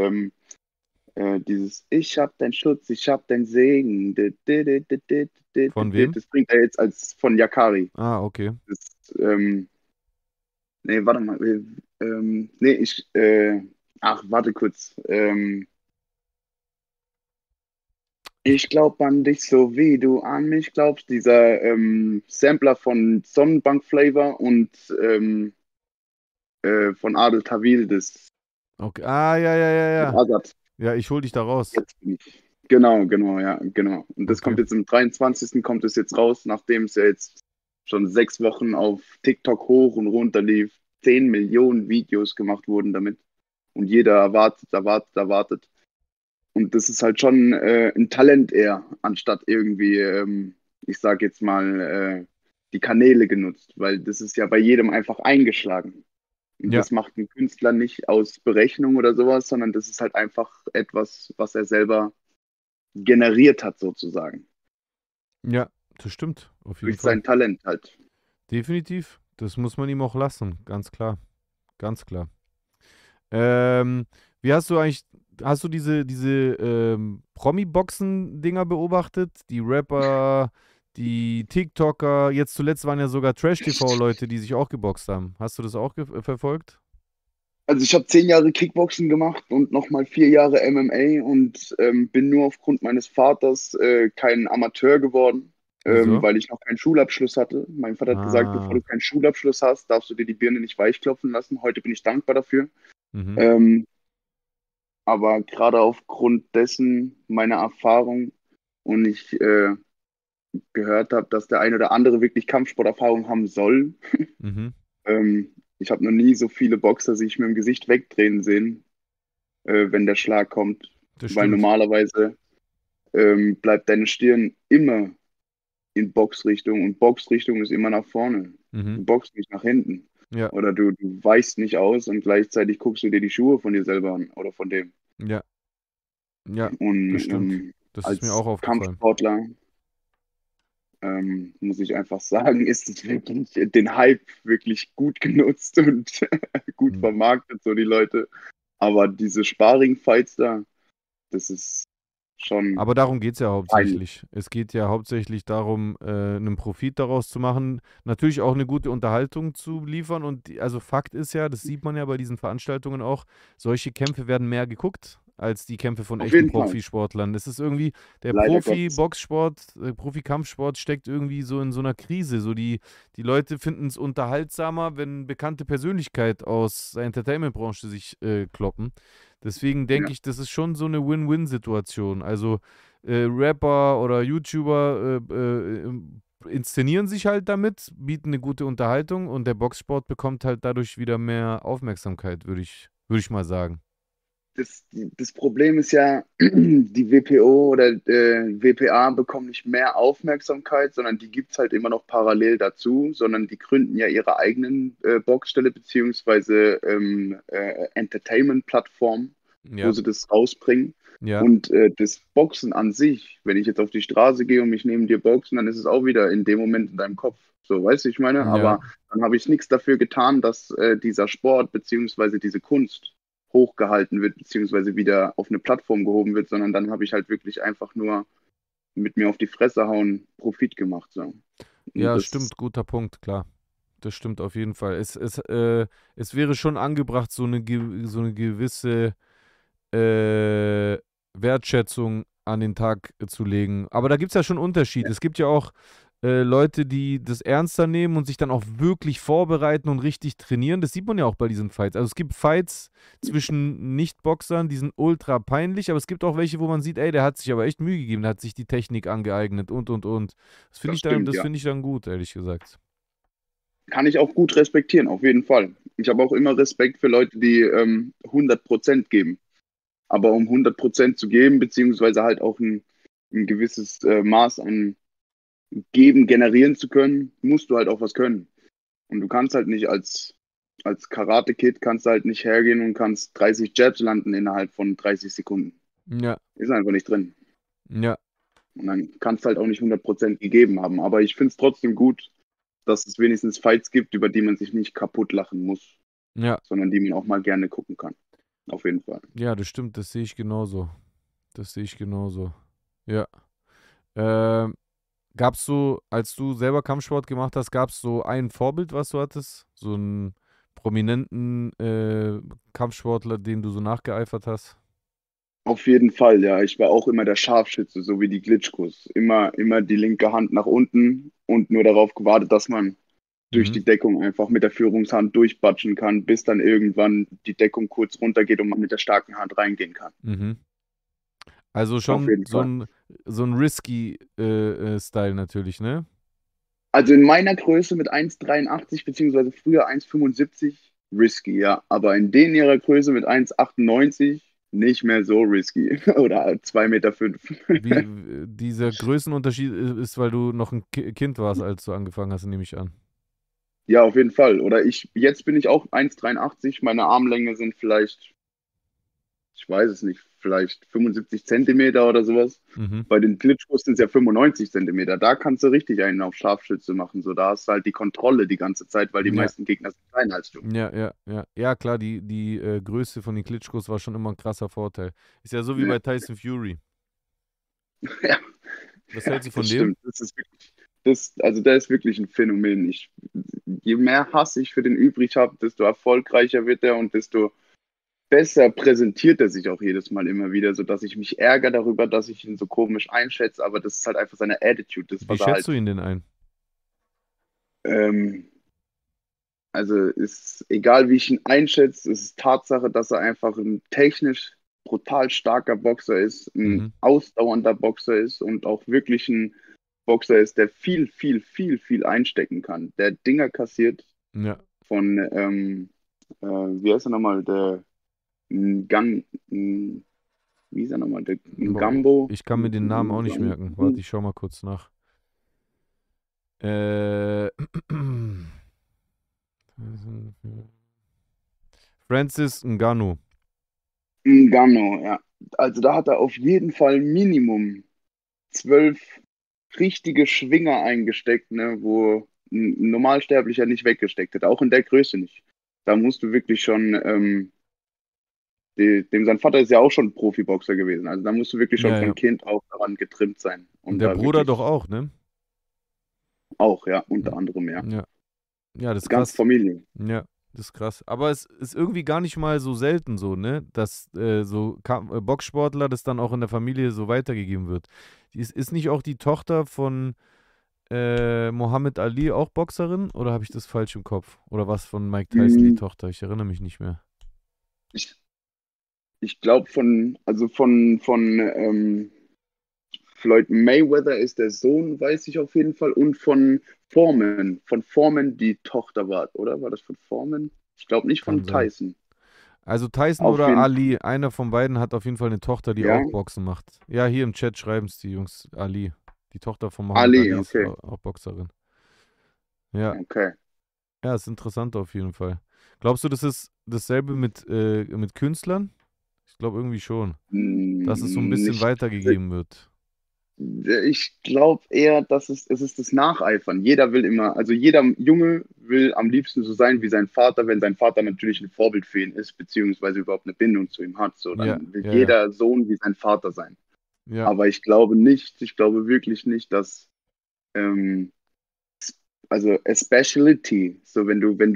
Speaker 4: dieses Ich hab deinen Schutz, ich hab deinen Segen.
Speaker 2: Von wem?
Speaker 4: Das bringt er jetzt als von Yakari.
Speaker 2: Ah, okay.
Speaker 4: Nee, warte mal. Warte kurz. Ich glaub an dich so wie du an mich glaubst. Dieser Sampler von Sonnenbank Flavor und von Adel Tawil, das
Speaker 2: Okay. Ah, ja.
Speaker 4: Azad.
Speaker 2: Ja, ich hol dich da raus.
Speaker 4: Jetzt bin ich. Genau, ja, genau. Und das
Speaker 2: Okay.
Speaker 4: kommt jetzt am 23. kommt es jetzt raus, nachdem es ja jetzt schon 6 Wochen auf TikTok hoch und runter lief, 10 Millionen Videos gemacht wurden damit. Und jeder erwartet. Und das ist halt schon ein Talent eher, anstatt irgendwie, ich sag jetzt mal, die Kanäle genutzt, weil das ist ja bei jedem einfach eingeschlagen. Und
Speaker 2: Ja.
Speaker 4: das macht ein Künstler nicht aus Berechnung oder sowas, sondern das ist halt einfach etwas, was er selber generiert hat, sozusagen.
Speaker 2: Ja, das stimmt. Auf jeden
Speaker 4: Durch
Speaker 2: Fall.
Speaker 4: sein Talent halt.
Speaker 2: Definitiv. Das muss man ihm auch lassen. Ganz klar. Ganz klar. Wie hast du diese Promi-Boxen-Dinger beobachtet? Die Rapper, die TikToker, jetzt zuletzt waren ja sogar Trash-TV-Leute, die sich auch geboxt haben. Hast du das auch verfolgt?
Speaker 4: Also ich habe 10 Jahre Kickboxen gemacht und nochmal 4 Jahre MMA und bin nur aufgrund meines Vaters kein Amateur geworden,
Speaker 2: Wieso?
Speaker 4: weil ich noch keinen Schulabschluss hatte. Mein Vater hat gesagt, bevor du keinen Schulabschluss hast, darfst du dir die Birne nicht weichklopfen lassen. Heute bin ich dankbar dafür.
Speaker 2: Mhm.
Speaker 4: Aber gerade aufgrund dessen meiner Erfahrung und ich gehört habe, dass der ein oder andere wirklich Kampfsporterfahrung haben soll,
Speaker 2: Mhm.
Speaker 4: Ich habe noch nie so viele Boxer sich mit dem Gesicht wegdrehen sehen, wenn der Schlag kommt.
Speaker 2: Das
Speaker 4: Weil
Speaker 2: stimmt.
Speaker 4: normalerweise bleibt deine Stirn immer in Boxrichtung und Boxrichtung ist immer nach vorne. Du
Speaker 2: Mhm.
Speaker 4: boxst nicht nach hinten.
Speaker 2: Ja,
Speaker 4: Oder du weichst nicht aus und gleichzeitig guckst du dir die Schuhe von dir selber an oder von dem.
Speaker 2: ja, ja, das
Speaker 4: Und
Speaker 2: stimmt. Das ist mir
Speaker 4: als
Speaker 2: auch aufgefallen.
Speaker 4: Kampfsportler muss ich einfach sagen, ist es wirklich den Hype wirklich gut genutzt und gut
Speaker 2: Mhm.
Speaker 4: vermarktet, so die Leute. Aber diese Sparring-Fights da, das ist schon
Speaker 2: Aber darum geht es ja
Speaker 4: peinlich.
Speaker 2: hauptsächlich. Es geht ja hauptsächlich darum, einen Profit daraus zu machen, natürlich auch eine gute Unterhaltung zu liefern. Und also Fakt ist ja, das sieht man ja bei diesen Veranstaltungen auch, solche Kämpfe werden mehr geguckt als die Kämpfe von
Speaker 4: Auf
Speaker 2: echten
Speaker 4: jeden Fall,
Speaker 2: Profisportlern. Das ist irgendwie, der
Speaker 4: leider Gottes.
Speaker 2: Profi-Boxsport, Profi-Kampfsport steckt irgendwie so in so einer Krise. So die Leute finden es unterhaltsamer, wenn bekannte Persönlichkeit aus der Entertainment-Branche sich kloppen. Deswegen
Speaker 4: Ja.
Speaker 2: denke ich, das ist schon so eine Win-Win-Situation. Also Rapper oder YouTuber inszenieren sich halt damit, bieten eine gute Unterhaltung und der Boxsport bekommt halt dadurch wieder mehr Aufmerksamkeit, würde ich mal sagen.
Speaker 4: Das Problem ist ja, die WPO oder WPA bekommen nicht mehr Aufmerksamkeit, sondern die gibt es halt immer noch parallel dazu, sondern die gründen ja ihre eigenen Boxstelle beziehungsweise Entertainment-Plattform, wo
Speaker 2: Ja,
Speaker 4: sie das rausbringen.
Speaker 2: ja,
Speaker 4: Und das Boxen an sich, wenn ich jetzt auf die Straße gehe und mich neben dir boxen, dann ist es auch wieder in dem Moment in deinem Kopf. So, weißt du, ich meine?
Speaker 2: ja,
Speaker 4: Aber dann habe ich nichts dafür getan, dass dieser Sport beziehungsweise diese Kunst hochgehalten wird, beziehungsweise wieder auf eine Plattform gehoben wird, sondern dann habe ich halt wirklich einfach nur mit mir auf die Fresse hauen, Profit gemacht. So. Und
Speaker 2: ja,
Speaker 4: das,
Speaker 2: stimmt, guter Punkt, klar. Das stimmt auf jeden Fall. Es wäre schon angebracht, so eine gewisse äh, Wertschätzung an den Tag zu legen. Aber da gibt es ja schon Unterschied.
Speaker 4: ja,
Speaker 2: Es gibt ja auch Leute, die das ernster nehmen und sich dann auch wirklich vorbereiten und richtig trainieren. Das sieht man ja auch bei diesen Fights. Also es gibt Fights zwischen Nicht-Boxern, die sind ultra peinlich, aber es gibt auch welche, wo man sieht, ey, der hat sich aber echt Mühe gegeben, der hat sich die Technik angeeignet und. Das finde
Speaker 4: das
Speaker 2: ich dann,
Speaker 4: stimmt,
Speaker 2: das
Speaker 4: ja.
Speaker 2: finde ich dann gut, ehrlich gesagt.
Speaker 4: Kann ich auch gut respektieren, auf jeden Fall. Ich habe auch immer Respekt für Leute, die 100% geben. Aber um 100% zu geben, beziehungsweise halt auch ein gewisses Maß an Geben generieren zu können, musst du halt auch was können. Und du kannst halt nicht als Karate-Kid kannst du halt nicht hergehen und kannst 30 Jabs landen innerhalb von 30 Sekunden.
Speaker 2: Ja,
Speaker 4: Ist einfach nicht drin.
Speaker 2: ja,
Speaker 4: Und dann kannst du halt auch nicht 100% gegeben haben. Aber ich finde es trotzdem gut, dass es wenigstens Fights gibt, über die man sich nicht kaputt lachen muss,
Speaker 2: ja,
Speaker 4: sondern die man auch mal gerne gucken kann. Auf jeden Fall.
Speaker 2: ja, das stimmt, das sehe ich genauso. Das sehe ich genauso. Ja. Ähm, Gab's so, als du selber Kampfsport gemacht hast, gab es so ein Vorbild, was du hattest? So einen prominenten Kampfsportler, dem du so nachgeeifert hast?
Speaker 4: Auf jeden Fall, ja. Ich war auch immer der Scharfschütze, so wie die Klitschkos. Immer die linke Hand nach unten und nur darauf gewartet, dass man durch
Speaker 2: Mhm.
Speaker 4: die Deckung einfach mit der Führungshand durchbatschen kann, bis dann irgendwann die Deckung kurz runtergeht und man mit der starken Hand reingehen kann.
Speaker 2: Mhm. Also
Speaker 4: Auf
Speaker 2: schon
Speaker 4: jeden Fall.
Speaker 2: so ein risky Style natürlich, ne?
Speaker 4: Also in meiner Größe mit 1,83 beziehungsweise früher 1,75 risky, ja. Aber in denen ihrer Größe mit 1,98 nicht mehr so risky. Oder 2,5 Meter.
Speaker 2: Dieser Größenunterschied ist, weil du noch ein Kind warst, als du angefangen hast, nehme ich an.
Speaker 4: Ja, auf jeden Fall. Oder jetzt bin ich auch 1,83. Meine Armlänge sind vielleicht, ich weiß es nicht, vielleicht 75 Zentimeter oder sowas.
Speaker 2: Mhm.
Speaker 4: Bei den Klitschkos sind es ja 95 Zentimeter. Da kannst du richtig einen auf Scharfschütze machen. So, da hast du halt die Kontrolle die ganze Zeit, weil die
Speaker 2: Ja,
Speaker 4: meisten Gegner sind kleiner als du.
Speaker 2: ja, ja, ja. Ja, klar, die Größe von den Klitschkos war schon immer ein krasser Vorteil. Ist ja so wie
Speaker 4: Ja,
Speaker 2: bei Tyson Fury.
Speaker 4: ja,
Speaker 2: Was
Speaker 4: ja,
Speaker 2: hältst du von
Speaker 4: das
Speaker 2: dem?
Speaker 4: stimmt. Das ist wirklich, also der ist wirklich ein Phänomen. Je mehr Hass ich für den übrig habe, desto erfolgreicher wird er und desto besser präsentiert er sich auch jedes Mal immer wieder, sodass ich mich ärgere darüber, dass ich ihn so komisch einschätze, aber das ist halt einfach seine Attitude, das,
Speaker 2: Wie
Speaker 4: was er
Speaker 2: schätzt du
Speaker 4: halt,
Speaker 2: ihn denn ein?
Speaker 4: ähm, also ist egal, wie ich ihn einschätze, es ist Tatsache, dass er einfach ein technisch brutal starker Boxer ist, ein
Speaker 2: Mhm.
Speaker 4: ausdauernder Boxer ist und auch wirklich ein Boxer ist, der viel, viel, viel, viel einstecken kann, der Dinger kassiert,
Speaker 2: Ja.
Speaker 4: wie heißt er nochmal, der Ngan, wie ist er nochmal, der
Speaker 2: Boah,
Speaker 4: Ngambo?
Speaker 2: ich kann mir den Namen auch nicht merken. Warte, ich schau mal kurz nach. Äh, Francis Ngannou.
Speaker 4: Ngannou, ja. Also da hat er auf jeden Fall Minimum 12 richtige Schwinger eingesteckt, ne, wo ein Normalsterblicher nicht weggesteckt hätte, auch in der Größe nicht. Da musst du wirklich schon, sein Vater ist ja auch schon Profiboxer gewesen, also da musst du wirklich schon
Speaker 2: Ja, ja.
Speaker 4: von Kind auf daran getrimmt sein.
Speaker 2: Und
Speaker 4: Und
Speaker 2: der
Speaker 4: da
Speaker 2: Bruder
Speaker 4: wirklich
Speaker 2: doch auch, ne?
Speaker 4: auch, ja, unter anderem, ja.
Speaker 2: Ja. Ja, das
Speaker 4: Die
Speaker 2: ist
Speaker 4: ganze
Speaker 2: krass.
Speaker 4: Familie.
Speaker 2: Ja, das ist krass. Aber es ist irgendwie gar nicht mal so selten so, ne? Dass so Boxsportler das dann auch in der Familie so weitergegeben wird. Ist nicht auch die Tochter von Mohammed Ali auch Boxerin? Oder habe ich das falsch im Kopf? Oder was von Mike Tyson die
Speaker 4: Hm,
Speaker 2: Tochter? Ich erinnere mich nicht mehr.
Speaker 4: Ich, ich glaube von Floyd Mayweather ist der Sohn, weiß ich auf jeden Fall, und von Foreman die Tochter war, oder? War das von Foreman? Ich glaube nicht
Speaker 2: Kann
Speaker 4: von
Speaker 2: sein.
Speaker 4: Tyson.
Speaker 2: Also Tyson
Speaker 4: Auf
Speaker 2: oder
Speaker 4: jeden Fall.
Speaker 2: Ali, einer von beiden hat auf jeden Fall eine Tochter, die
Speaker 4: Ja,
Speaker 2: auch Boxen macht. Ja, hier im Chat schreiben es die Jungs. Ali. Die Tochter von Mohammed
Speaker 4: Ali,
Speaker 2: Ali ist
Speaker 4: okay,
Speaker 2: auch Boxerin. Ja,
Speaker 4: okay.
Speaker 2: ja, ist interessant auf jeden Fall. Glaubst du, das ist dasselbe mit Künstlern? Ich glaube irgendwie schon, dass es so ein bisschen
Speaker 4: Nicht,
Speaker 2: weitergegeben wird.
Speaker 4: ich glaube eher, dass es ist das Nacheifern. Jeder will immer, also jeder Junge will am liebsten so sein wie sein Vater, wenn sein Vater natürlich ein Vorbild für ihn ist, beziehungsweise überhaupt eine Bindung zu ihm hat. So,
Speaker 2: Ja,
Speaker 4: dann will
Speaker 2: ja, ja,
Speaker 4: jeder Sohn wie sein Vater sein.
Speaker 2: ja.
Speaker 4: Aber ich glaube wirklich nicht, dass, ähm, also a speciality, so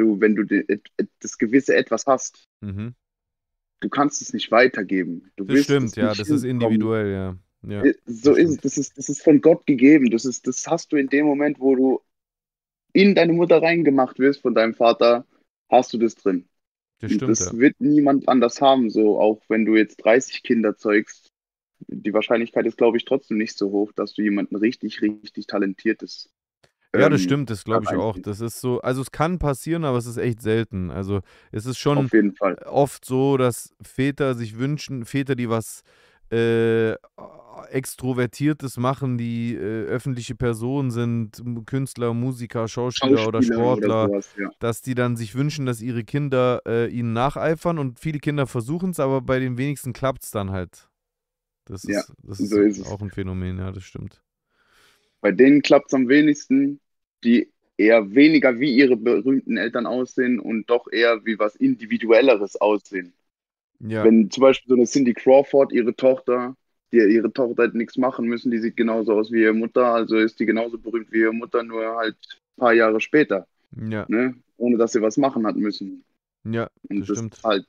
Speaker 4: das gewisse Etwas hast,
Speaker 2: Mhm.
Speaker 4: du kannst es nicht weitergeben. Du
Speaker 2: Das
Speaker 4: wirst
Speaker 2: stimmt,
Speaker 4: es
Speaker 2: ja,
Speaker 4: nicht
Speaker 2: das ist
Speaker 4: hinbekommen.
Speaker 2: individuell, ja. Ja,
Speaker 4: So
Speaker 2: das
Speaker 4: ist es,
Speaker 2: stimmt.
Speaker 4: das ist von Gott gegeben. Das hast du in dem Moment, wo du in deine Mutter reingemacht wirst von deinem Vater, hast du das drin.
Speaker 2: Das
Speaker 4: Und
Speaker 2: stimmt, ja.
Speaker 4: das wird niemand anders haben, so auch wenn du jetzt 30 Kinder zeugst. Die Wahrscheinlichkeit ist, glaube ich, trotzdem nicht so hoch, dass du jemanden richtig, richtig Talentiertes
Speaker 2: Ja, das stimmt, das
Speaker 4: da
Speaker 2: glaube ich auch.
Speaker 4: reinziehst.
Speaker 2: Das ist so, also es kann passieren, aber es ist echt selten. Also es ist schon
Speaker 4: Auf jeden Fall.
Speaker 2: oft so, dass Väter sich wünschen, Väter, die was äh, Extrovertiertes machen, die öffentliche Personen sind, Künstler, Musiker, Schauspieler oder
Speaker 4: Schauspieler oder
Speaker 2: Sportler,
Speaker 4: sowas, ja.
Speaker 2: dass die dann sich wünschen, dass ihre Kinder ihnen nacheifern und viele Kinder versuchen es, aber bei den wenigsten klappt es dann halt.
Speaker 4: Ja,
Speaker 2: Das ist
Speaker 4: so ist es.
Speaker 2: auch ein Phänomen, ja, das stimmt.
Speaker 4: Bei denen klappt es am wenigsten, die eher weniger wie ihre berühmten Eltern aussehen und doch eher wie was Individuelleres aussehen.
Speaker 2: Ja,
Speaker 4: Wenn zum Beispiel so eine Cindy Crawford, ihre Tochter hätte nichts machen müssen, die sieht genauso aus wie ihre Mutter, also ist die genauso berühmt wie ihre Mutter, nur halt ein paar Jahre später,
Speaker 2: ja,
Speaker 4: ne? Ohne dass sie was machen hat müssen.
Speaker 2: ja, das
Speaker 4: Und das
Speaker 2: stimmt.
Speaker 4: ist halt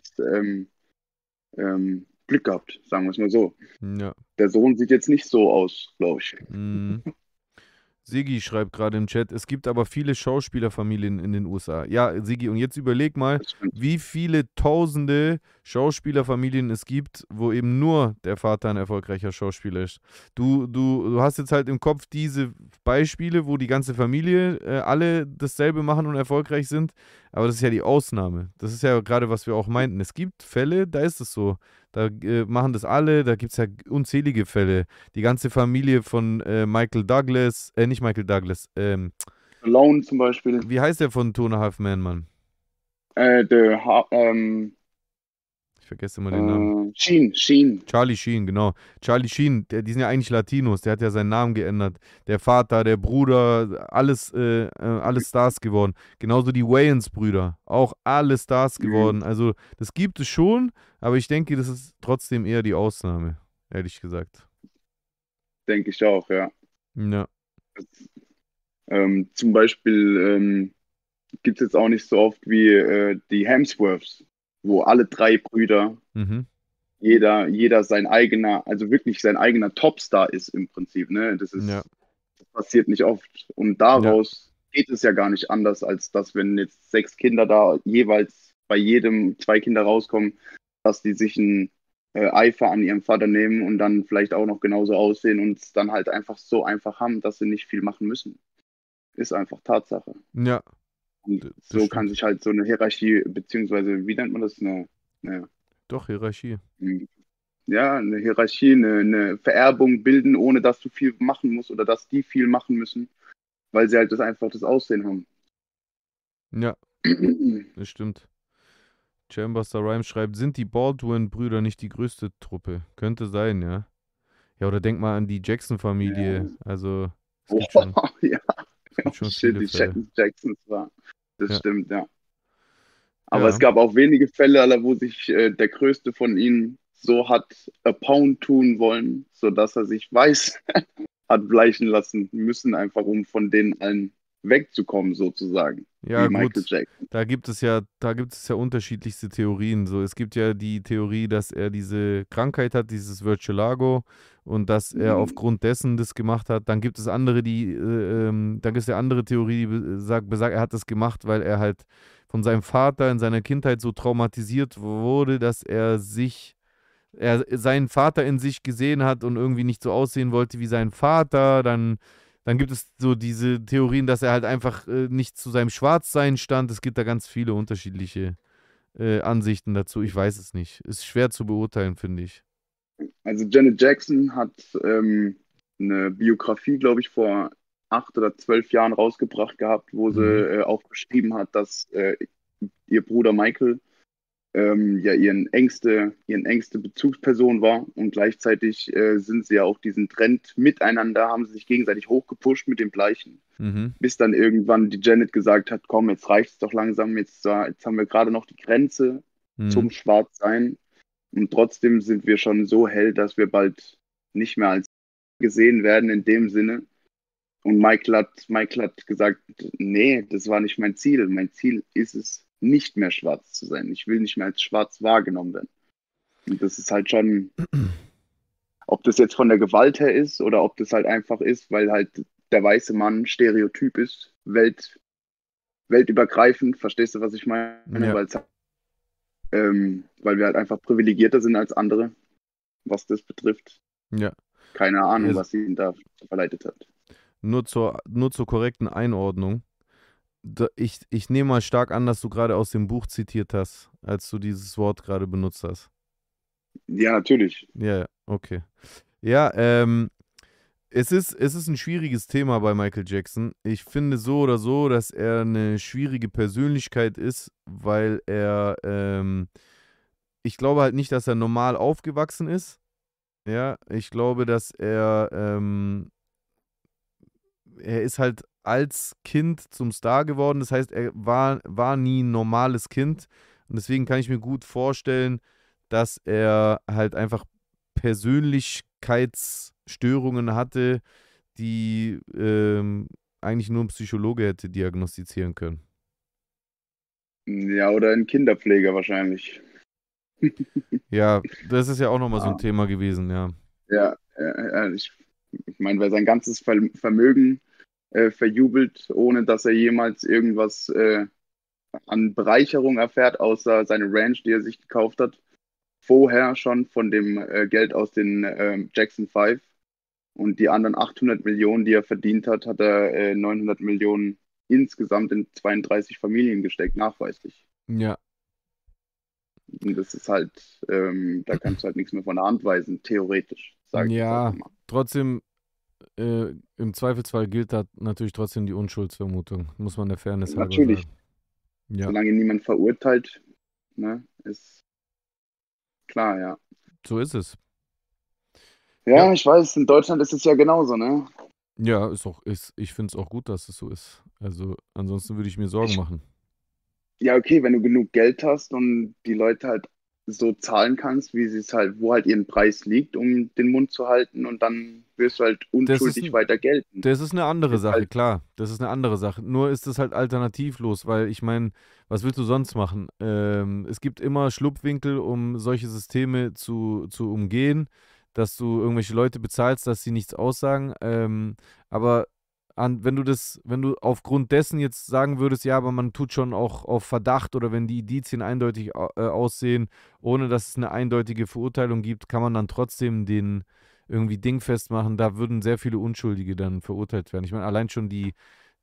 Speaker 4: Glück gehabt, sagen wir es mal so.
Speaker 2: Ja.
Speaker 4: Der Sohn sieht jetzt nicht so aus, glaube ich.
Speaker 2: Mhm. Sigi schreibt gerade im Chat, es gibt aber viele Schauspielerfamilien in den USA. Ja, Sigi, und jetzt überleg mal,
Speaker 4: Das stimmt.
Speaker 2: wie viele tausende Schauspielerfamilien es gibt, wo eben nur der Vater ein erfolgreicher Schauspieler ist. Du hast jetzt halt im Kopf diese Beispiele, wo die ganze Familie alle dasselbe machen und erfolgreich sind, aber das ist ja die Ausnahme. Das ist ja gerade, was wir auch meinten. Es gibt Fälle, da ist es so. Da machen das alle, da gibt es ja unzählige Fälle. Die ganze Familie von Michael Douglas, nicht Michael Douglas,
Speaker 4: Alone zum Beispiel.
Speaker 2: wie heißt der von Two and a Half Men, Mann?
Speaker 4: Der
Speaker 2: Ich vergesse immer den Namen.
Speaker 4: Sheen.
Speaker 2: Charlie Sheen, genau. Charlie Sheen, die sind ja eigentlich Latinos, der hat ja seinen Namen geändert. Der Vater, der Bruder, alles Stars geworden. Genauso die Wayans-Brüder, auch alle Stars
Speaker 4: Mhm,
Speaker 2: geworden. Also das gibt es schon, aber ich denke, das ist trotzdem eher die Ausnahme, ehrlich gesagt.
Speaker 4: denke ich auch, ja.
Speaker 2: Ja.
Speaker 4: Zum Beispiel gibt es jetzt auch nicht so oft wie die Hemsworths, wo alle drei Brüder,
Speaker 2: Mhm.
Speaker 4: jeder sein eigener, also wirklich sein eigener Topstar ist im Prinzip, ne?
Speaker 2: Ja.
Speaker 4: Das passiert nicht oft. Und
Speaker 2: Ja.
Speaker 4: daraus geht es ja gar nicht anders, als dass, wenn jetzt 6 Kinder da jeweils bei jedem 2 Kinder rauskommen, dass die sich einen Eifer an ihrem Vater nehmen und dann vielleicht auch noch genauso aussehen und es dann halt einfach so einfach haben, dass sie nicht viel machen müssen. Ist einfach Tatsache.
Speaker 2: Ja.
Speaker 4: Und
Speaker 2: Das
Speaker 4: so kann
Speaker 2: stimmt.
Speaker 4: sich halt so eine Hierarchie, beziehungsweise, wie nennt man das? Eine,
Speaker 2: Doch, Hierarchie.
Speaker 4: ja, eine Hierarchie, eine Vererbung bilden, ohne dass du viel machen musst oder dass die viel machen müssen, weil sie halt das Aussehen haben.
Speaker 2: Ja, das stimmt. Chambuster Rhymes schreibt, sind die Baldwin-Brüder nicht die größte Truppe? Könnte sein, ja. Ja, oder denk mal an die Jackson-Familie.
Speaker 4: Ja.
Speaker 2: Also, es gibt
Speaker 4: Oh,
Speaker 2: schon,
Speaker 4: ja,
Speaker 2: es gibt schon
Speaker 4: shit,
Speaker 2: viele
Speaker 4: die
Speaker 2: Fälle.
Speaker 4: Jacksons war. Das
Speaker 2: Ja,
Speaker 4: stimmt, ja. Aber es
Speaker 2: ja,
Speaker 4: gab auch wenige Fälle, Alter, wo sich der größte von ihnen so hat a Pound tun wollen, sodass er sich weiß hat bleichen lassen müssen, einfach um von denen allen wegzukommen, sozusagen,
Speaker 2: ja,
Speaker 4: wie Michael
Speaker 2: gut.
Speaker 4: Jackson.
Speaker 2: Da gibt es ja unterschiedlichste Theorien. So, es gibt ja die Theorie, dass er diese Krankheit hat, dieses Virtualago, und dass er
Speaker 4: Mhm.
Speaker 2: aufgrund dessen das gemacht hat. Dann gibt es andere, dann gibt es ja andere Theorie, die besagt, er hat das gemacht, weil er halt von seinem Vater in seiner Kindheit so traumatisiert wurde, dass er seinen Vater in sich gesehen hat und irgendwie nicht so aussehen wollte wie sein Vater. Dann gibt es so diese Theorien, dass er halt einfach nicht zu seinem Schwarzsein stand. Es gibt da ganz viele unterschiedliche Ansichten dazu. Ich weiß es nicht. Ist schwer zu beurteilen, finde ich.
Speaker 4: Also Janet Jackson hat eine Biografie, glaube ich, vor 8 oder 12 Jahren rausgebracht gehabt, wo sie
Speaker 2: Mhm.
Speaker 4: auch beschrieben hat, dass ihr Bruder Michael ja ihren engste Bezugsperson war und gleichzeitig sind sie ja auch diesen Trend miteinander, haben sie sich gegenseitig hochgepusht mit dem Gleichen,
Speaker 2: Mhm.
Speaker 4: bis dann irgendwann die Janet gesagt hat, komm, jetzt reicht's doch langsam, jetzt haben wir gerade noch die Grenze
Speaker 2: Mhm.
Speaker 4: zum Schwarzsein und trotzdem sind wir schon so hell, dass wir bald nicht mehr als gesehen werden in dem Sinne. Und Michael hat gesagt, nee, das war nicht mein Ziel. Mein Ziel ist es, nicht mehr schwarz zu sein. Ich will nicht mehr als schwarz wahrgenommen werden. Und das ist halt schon, ob das jetzt von der Gewalt her ist oder ob das halt einfach ist, weil halt der weiße Mann Stereotyp ist, weltübergreifend, verstehst du, was ich meine?
Speaker 2: Ja,
Speaker 4: Weil wir halt einfach privilegierter sind als andere, was das betrifft.
Speaker 2: ja.
Speaker 4: Keine Ahnung,
Speaker 2: Es,
Speaker 4: was ihn da verleitet hat.
Speaker 2: nur zur korrekten Einordnung. Ich nehme mal stark an, dass du gerade aus dem Buch zitiert hast, als du dieses Wort gerade benutzt hast.
Speaker 4: Ja, natürlich.
Speaker 2: Ja, ja, okay. Ja, es ist ein schwieriges Thema bei Michael Jackson. Ich finde so oder so, dass er eine schwierige Persönlichkeit ist, weil ich glaube halt nicht, dass er normal aufgewachsen ist. Ja, ich glaube, dass er ist halt als Kind zum Star geworden. Das heißt, er war nie ein normales Kind. Und deswegen kann ich mir gut vorstellen, dass er halt einfach Persönlichkeitsstörungen hatte, die eigentlich nur ein Psychologe hätte diagnostizieren können.
Speaker 4: Ja, oder ein Kinderpfleger wahrscheinlich.
Speaker 2: Ja, das ist ja auch nochmal so ein
Speaker 4: Ah,
Speaker 2: Thema gewesen, ja.
Speaker 4: ja, ich meine, wer sein ganzes Vermögen verjubelt, ohne dass er jemals irgendwas an Bereicherung erfährt, außer seine Ranch, die er sich gekauft hat, vorher schon von dem Geld aus den Jackson 5 und die anderen 800 Millionen, die er verdient hat, hat er 900 Millionen insgesamt in 32 Familien gesteckt, nachweislich.
Speaker 2: Ja,
Speaker 4: Und das ist halt, da kannst du halt nichts mehr von der Hand weisen, theoretisch, sage ich jetzt einfach
Speaker 2: ja,
Speaker 4: mal.
Speaker 2: trotzdem, im Zweifelsfall gilt da natürlich trotzdem die Unschuldsvermutung, muss man der Fairness halber
Speaker 4: Natürlich,
Speaker 2: sagen. Ja,
Speaker 4: solange niemand verurteilt, ne, ist klar, ja.
Speaker 2: so ist es. Ja,
Speaker 4: Ja, ich weiß, in Deutschland ist es ja genauso, ne?
Speaker 2: ja, ich finde es auch gut, dass es so ist. Also, ansonsten würde ich mir Sorgen
Speaker 4: Ich,
Speaker 2: machen.
Speaker 4: ja, okay, wenn du genug Geld hast und die Leute halt so zahlen kannst, wie sie es halt, wo halt ihren Preis liegt, um den Mund zu halten und dann wirst du halt
Speaker 2: Das ist
Speaker 4: unschuldig
Speaker 2: ein,
Speaker 4: weiter gelten.
Speaker 2: Das ist eine andere
Speaker 4: Ist
Speaker 2: Sache,
Speaker 4: halt,
Speaker 2: klar. Das ist eine andere Sache. Nur ist es halt alternativlos, weil ich meine, was willst du sonst machen? Es gibt immer Schlupfwinkel, um solche Systeme zu umgehen, dass du irgendwelche Leute bezahlst, dass sie nichts aussagen. Aber wenn du aufgrund dessen jetzt sagen würdest, ja, aber man tut schon auch auf Verdacht oder wenn die Indizien eindeutig aussehen, ohne dass es eine eindeutige Verurteilung gibt, kann man dann trotzdem den irgendwie dingfest machen, da würden sehr viele Unschuldige dann verurteilt werden. Ich meine, allein schon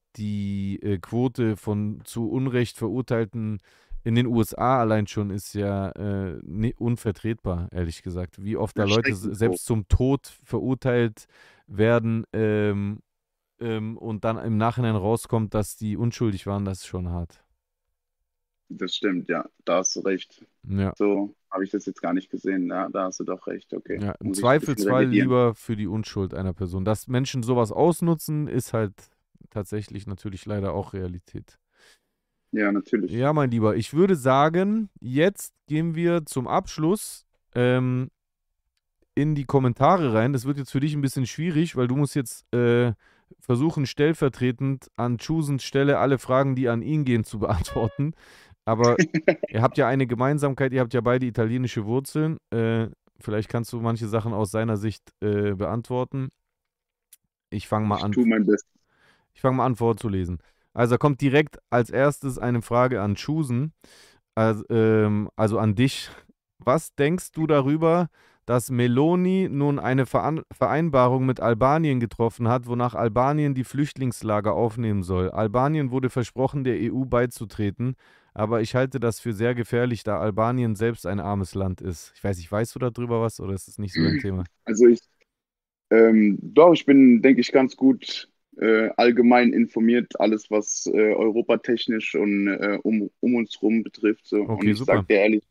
Speaker 2: die Quote von zu Unrecht Verurteilten in den USA allein schon ist ja unvertretbar, ehrlich gesagt. Wie oft da Leute
Speaker 4: Erschreckend hoch.
Speaker 2: selbst zum Tod verurteilt werden und dann im Nachhinein rauskommt, dass die unschuldig waren, das ist schon hart.
Speaker 4: Das stimmt, ja, da hast du recht.
Speaker 2: Ja.
Speaker 4: So habe ich das jetzt gar nicht gesehen. Ja, da hast du doch recht, okay.
Speaker 2: Ja, im
Speaker 4: Muss ich ein bisschen
Speaker 2: Zweifelsfall
Speaker 4: revidieren.
Speaker 2: lieber für die Unschuld einer Person. Dass Menschen sowas ausnutzen, ist halt tatsächlich natürlich leider auch Realität.
Speaker 4: Ja, natürlich.
Speaker 2: Ja, mein Lieber, ich würde sagen, jetzt gehen wir zum Abschluss in die Kommentare rein. Das wird jetzt für dich ein bisschen schwierig, weil du musst jetzt versuchen, stellvertretend an Chusens Stelle alle Fragen, die an ihn gehen, zu beantworten. Aber ihr habt ja eine Gemeinsamkeit, ihr habt ja beide italienische Wurzeln. Vielleicht kannst du manche Sachen aus seiner Sicht beantworten. Ich fange mal an.
Speaker 4: Ich tue mein Bestes.
Speaker 2: Ich fange mal an vorzulesen. Also da kommt direkt als erstes eine Frage an Chusen, also an dich. Was denkst du darüber, dass Meloni nun eine Vereinbarung mit Albanien getroffen hat, wonach Albanien die Flüchtlingslager aufnehmen soll? Albanien wurde versprochen, der EU beizutreten, aber ich halte das für sehr gefährlich, da Albanien selbst ein armes Land ist. Ich weiß nicht, weißt du darüber was oder ist es nicht so dein Thema?
Speaker 4: Also doch, ich bin, denke ich, ganz gut allgemein informiert, alles was europatechnisch und um uns rum betrifft. So. Und
Speaker 2: Okay,
Speaker 4: ich
Speaker 2: super.
Speaker 4: sage dir ehrlich,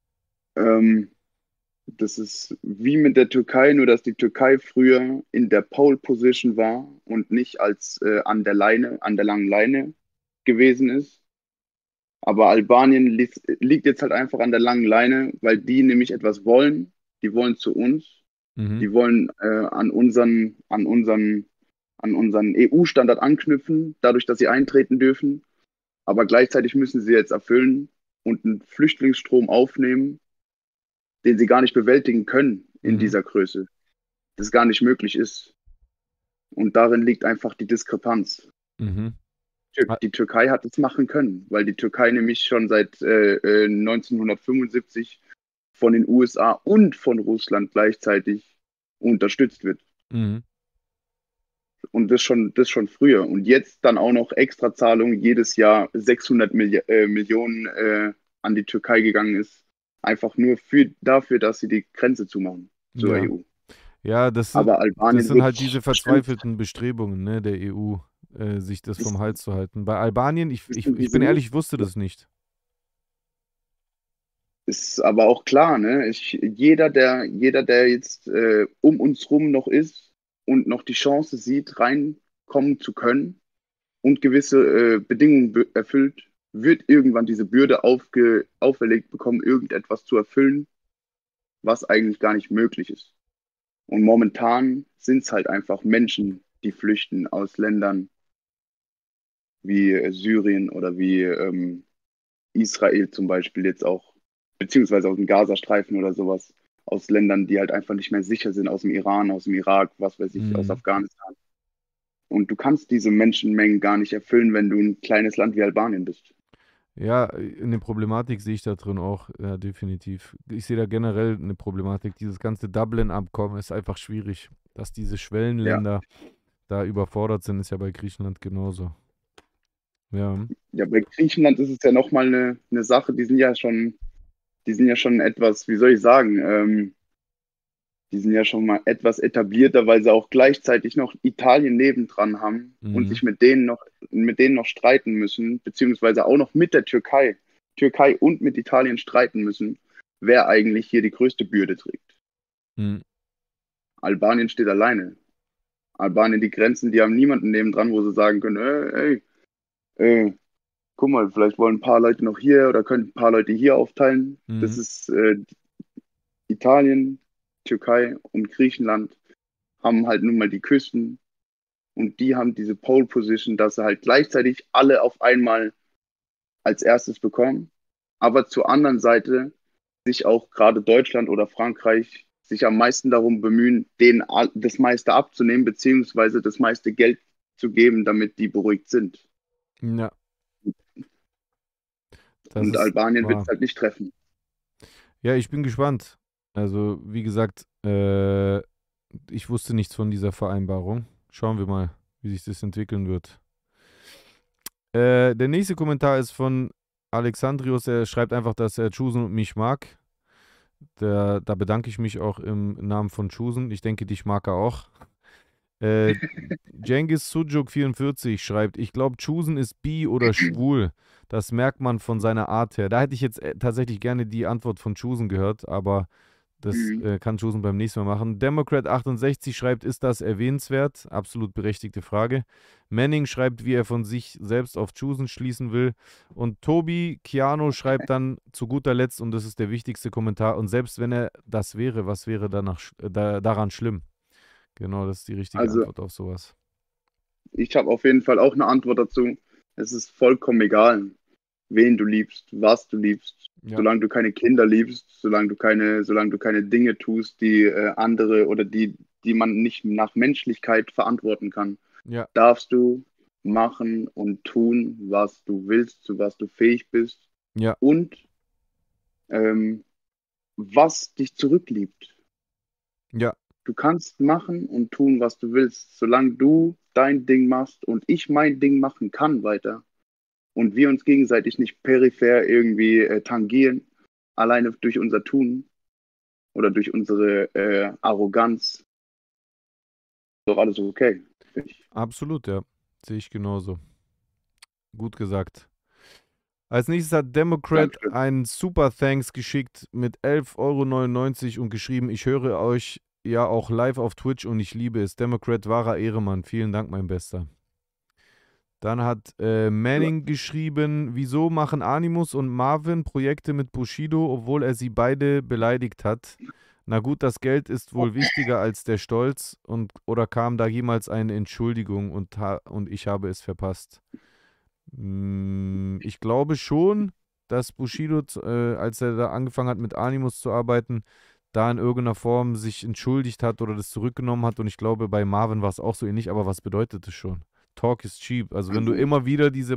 Speaker 4: das ist wie mit der Türkei, nur dass die Türkei früher in der Pole Position war und nicht als an der langen Leine gewesen ist. Aber Albanien liegt jetzt halt einfach an der langen Leine, weil die nämlich etwas wollen. Die wollen zu uns.
Speaker 2: Mhm.
Speaker 4: Die wollen an unseren EU-Standard anknüpfen, dadurch, dass sie eintreten dürfen. Aber gleichzeitig müssen sie jetzt erfüllen und einen Flüchtlingsstrom aufnehmen, den sie gar nicht bewältigen können in
Speaker 2: Mhm.
Speaker 4: dieser Größe. Das gar nicht möglich ist. Und darin liegt einfach die Diskrepanz.
Speaker 2: Mhm.
Speaker 4: Die Türkei hat es machen können, weil die Türkei nämlich schon seit 1975 von den USA und von Russland gleichzeitig unterstützt wird.
Speaker 2: Mhm.
Speaker 4: Und das schon früher. Und jetzt dann auch noch Extrazahlungen, jedes Jahr 600 Millionen an die Türkei gegangen ist. Einfach nur dafür, dass sie die Grenze zumachen zur
Speaker 2: Ja.
Speaker 4: EU.
Speaker 2: Ja, das
Speaker 4: Aber Albanien
Speaker 2: sind
Speaker 4: wird
Speaker 2: halt diese verzweifelten Bestrebungen, ne, der EU, sich das vom Hals zu halten. Bei Albanien, ich bin ehrlich, ich wusste das nicht.
Speaker 4: Ist aber auch klar, ne? Jeder, der jetzt um uns rum noch ist und noch die Chance sieht, reinkommen zu können und gewisse Bedingungen erfüllt, wird irgendwann diese Bürde auferlegt bekommen, irgendetwas zu erfüllen, was eigentlich gar nicht möglich ist. Und momentan sind es halt einfach Menschen, die flüchten aus Ländern wie Syrien oder wie Israel zum Beispiel jetzt auch, beziehungsweise aus dem Gazastreifen oder sowas, aus Ländern, die halt einfach nicht mehr sicher sind, aus dem Iran, aus dem Irak, was weiß ich, aus Afghanistan. Und du kannst diese Menschenmengen gar nicht erfüllen, wenn du ein kleines Land wie Albanien bist.
Speaker 2: Ja, eine Problematik sehe ich da drin auch, ja, definitiv. Ich sehe da generell eine Problematik. Dieses ganze Dublin-Abkommen ist einfach schwierig. Dass diese Schwellenländer da überfordert sind, ist ja bei Griechenland genauso. Ja.
Speaker 4: Ja, bei Griechenland ist es ja nochmal eine Sache, die sind ja schon etwas, wie soll ich sagen, die sind ja schon mal etwas etablierter, weil sie auch gleichzeitig noch Italien nebendran haben und sich mit denen noch streiten müssen, beziehungsweise auch noch mit der Türkei und mit Italien streiten müssen, wer eigentlich hier die größte Bürde trägt.
Speaker 2: Mhm.
Speaker 4: Albanien steht alleine. Albanien, die Grenzen, die haben niemanden nebendran, wo sie sagen können, guck mal, vielleicht wollen ein paar Leute noch hier oder können ein paar Leute hier aufteilen.
Speaker 2: Mhm.
Speaker 4: Das ist Italien, Türkei und Griechenland haben halt nun mal die Küsten und die haben diese Pole Position, dass sie halt gleichzeitig alle auf einmal als erstes bekommen, aber zur anderen Seite sich auch gerade Deutschland oder Frankreich sich am meisten darum bemühen, denen das meiste abzunehmen, beziehungsweise das meiste Geld zu geben, damit die beruhigt sind.
Speaker 2: Ja.
Speaker 4: Und Albanien wird es halt nicht treffen.
Speaker 2: Ja, ich bin gespannt. Also, wie gesagt, ich wusste nichts von dieser Vereinbarung. Schauen wir mal, wie sich das entwickeln wird. Der nächste Kommentar ist von Alexandrius. Er schreibt einfach, dass er Chusen und mich mag. Da bedanke ich mich auch im Namen von Chusen. Ich denke, dich mag er auch. Cengiz Sujuk 44 schreibt, ich glaube, Chusen ist bi oder schwul. Das merkt man von seiner Art her. Da hätte ich jetzt tatsächlich gerne die Antwort von Chusen gehört, aber das kann Chusen beim nächsten Mal machen. Democrat 68 schreibt, ist das erwähnenswert? Absolut berechtigte Frage. Manning schreibt, wie er von sich selbst auf Chusen schließen will. Und Tobi Keanu schreibt dann zu guter Letzt, und das ist der wichtigste Kommentar, und selbst wenn er das wäre, was wäre daran schlimm? Genau, das ist die richtige
Speaker 4: Also,
Speaker 2: Antwort auf sowas.
Speaker 4: ich habe auf jeden Fall auch eine Antwort dazu. Es ist vollkommen egal, wen du liebst, was du liebst.
Speaker 2: Ja.
Speaker 4: Solange du keine Kinder liebst, solange du keine Dinge tust, die andere oder die man nicht nach Menschlichkeit verantworten kann,
Speaker 2: Ja,
Speaker 4: darfst du machen und tun, was du willst, zu was du fähig bist
Speaker 2: ja,
Speaker 4: und was dich zurückliebt.
Speaker 2: ja,
Speaker 4: Du kannst machen und tun, was du willst, solange du dein Ding machst und ich mein Ding machen kann weiter und wir uns gegenseitig nicht peripher irgendwie tangieren, alleine durch unser Tun oder durch unsere Arroganz, ist doch alles okay. Finde ich.
Speaker 2: absolut, ja. Sehe ich genauso. Gut gesagt. Als nächstes hat Democrat
Speaker 4: Dankeschön.
Speaker 2: einen Super Thanks geschickt mit 11,99 € und geschrieben, ich höre euch ja auch live auf Twitch und ich liebe es. Democrat, wahrer Ehremann. Vielen Dank, mein Bester. Dann hat Manning geschrieben, wieso machen Animus und Marvin Projekte mit Bushido, obwohl er sie beide beleidigt hat? Na gut, das Geld ist wohl wichtiger als der Stolz oder kam da jemals eine Entschuldigung und ich habe es verpasst? Ich glaube schon, dass Bushido, als er da angefangen hat mit Animus zu arbeiten, da in irgendeiner Form sich entschuldigt hat oder das zurückgenommen hat, und ich glaube, bei Marvin war es auch so ähnlich, aber was bedeutet das schon? Talk is cheap. Also wenn du immer wieder diese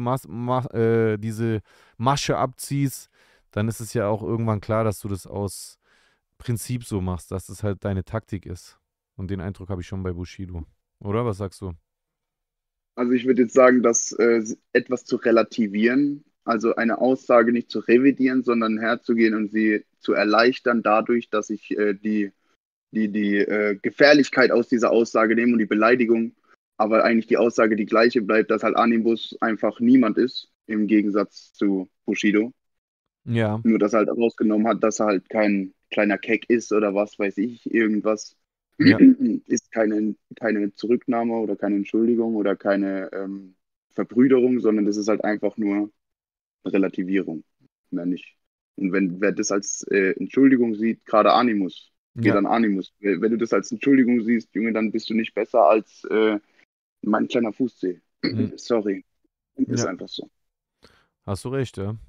Speaker 2: Masche abziehst, dann ist es ja auch irgendwann klar, dass du das aus Prinzip so machst, dass es halt deine Taktik ist. Und den Eindruck habe ich schon bei Bushido. Oder? Was sagst du?
Speaker 4: Also ich würde jetzt sagen, dass etwas zu relativieren, also eine Aussage nicht zu revidieren, sondern herzugehen und sie zu erleichtern dadurch, dass ich die Gefährlichkeit aus dieser Aussage nehme und die Beleidigung, aber eigentlich die Aussage die gleiche bleibt, dass halt Animus einfach niemand ist, im Gegensatz zu Bushido.
Speaker 2: Ja,
Speaker 4: Nur, dass er halt rausgenommen hat, dass er halt kein kleiner Keck ist oder was weiß ich, irgendwas.
Speaker 2: Ja.
Speaker 4: Ist keine Zurücknahme oder keine Entschuldigung oder keine Verbrüderung, sondern das ist halt einfach nur Relativierung, mehr nicht. Und wer das als Entschuldigung sieht, gerade Animus, geht
Speaker 2: Ja.
Speaker 4: an Animus. Wenn du das als Entschuldigung siehst, Junge, dann bist du nicht besser als mein kleiner Fußzeh. Sorry. Ist
Speaker 2: Ja.
Speaker 4: einfach so.
Speaker 2: Hast du recht, ja.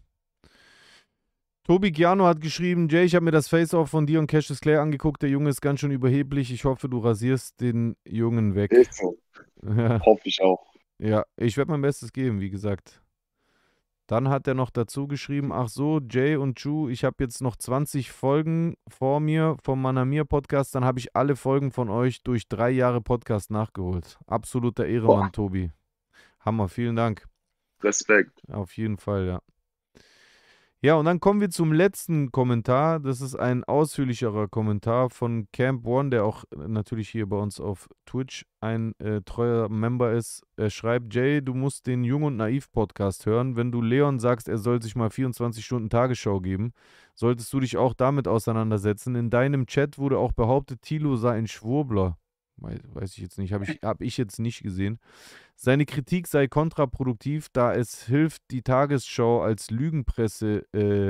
Speaker 2: Tobi Giano hat geschrieben, Jay, ich habe mir das Face-Off von dir und Cassius Clay angeguckt. Der Junge ist ganz schön überheblich. Ich hoffe, du rasierst den Jungen weg.
Speaker 4: Ist so.
Speaker 2: Ja,
Speaker 4: Hoffe ich auch.
Speaker 2: ja, ich werde mein Bestes geben, wie gesagt. Dann hat er noch dazu geschrieben, ach so, Jay und Chu, ich habe jetzt noch 20 Folgen vor mir vom Manamir-Podcast. Dann habe ich alle Folgen von euch durch 3 Jahre Podcast nachgeholt. Absoluter Ehremann,
Speaker 4: Boah.
Speaker 2: Tobi. Hammer, vielen Dank.
Speaker 4: Respekt.
Speaker 2: Auf jeden Fall, ja. Ja, und dann kommen wir zum letzten Kommentar. Das ist ein ausführlicherer Kommentar von Camp One, der auch natürlich hier bei uns auf Twitch ein treuer Member ist. Er schreibt, Jay, du musst den Jung und Naiv Podcast hören. Wenn du Leon sagst, er soll sich mal 24 Stunden Tagesschau geben, solltest du dich auch damit auseinandersetzen. In deinem Chat wurde auch behauptet, Thilo sei ein Schwurbler. Weiß ich jetzt nicht, hab ich jetzt nicht gesehen. Seine Kritik sei kontraproduktiv, da es hilft, die Tagesschau als Lügenpresse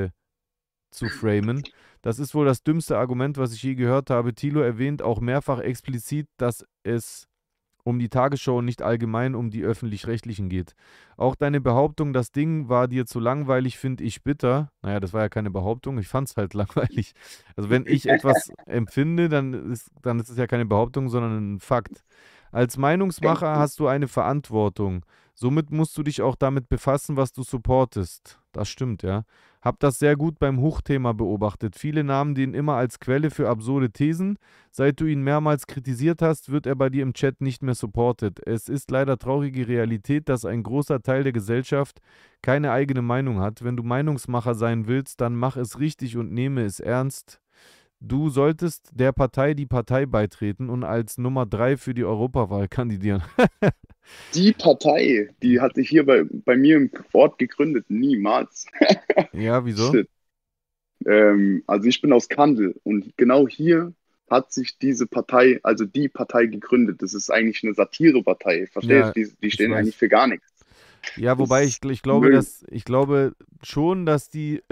Speaker 2: zu framen. Das ist wohl das dümmste Argument, was ich je gehört habe. Thilo erwähnt auch mehrfach explizit, dass es um die Tagesschau und nicht allgemein um die Öffentlich-Rechtlichen geht. Auch deine Behauptung, das Ding war dir zu langweilig, finde ich bitter. Naja, das war ja keine Behauptung, ich fand es halt langweilig. Also wenn ich etwas empfinde, dann ist es ja keine Behauptung, sondern ein Fakt. Als Meinungsmacher hast du eine Verantwortung. Somit musst du dich auch damit befassen, was du supportest. Das stimmt, ja. Hab das sehr gut beim Huch-Thema beobachtet. Viele nahmen den immer als Quelle für absurde Thesen. Seit du ihn mehrmals kritisiert hast, wird er bei dir im Chat nicht mehr supported. Es ist leider traurige Realität, dass ein großer Teil der Gesellschaft keine eigene Meinung hat. Wenn du Meinungsmacher sein willst, dann mach es richtig und nehme es ernst. Du solltest der Partei die Partei beitreten und als Nummer 3 für die Europawahl kandidieren.
Speaker 4: Die Partei, die hat sich hier bei mir im Ort gegründet. Niemals.
Speaker 2: Ja, wieso?
Speaker 4: Shit. Also ich bin aus Kandel und genau hier hat sich diese Partei, also die Partei gegründet. Das ist eigentlich eine Satirepartei,
Speaker 2: Ja,
Speaker 4: verstehst du? Die
Speaker 2: ich
Speaker 4: stehen
Speaker 2: weiß.
Speaker 4: eigentlich für gar nichts.
Speaker 2: Ja,
Speaker 4: Das
Speaker 2: wobei
Speaker 4: ist
Speaker 2: ich glaube,
Speaker 4: Müll.
Speaker 2: ich glaube schon, dass die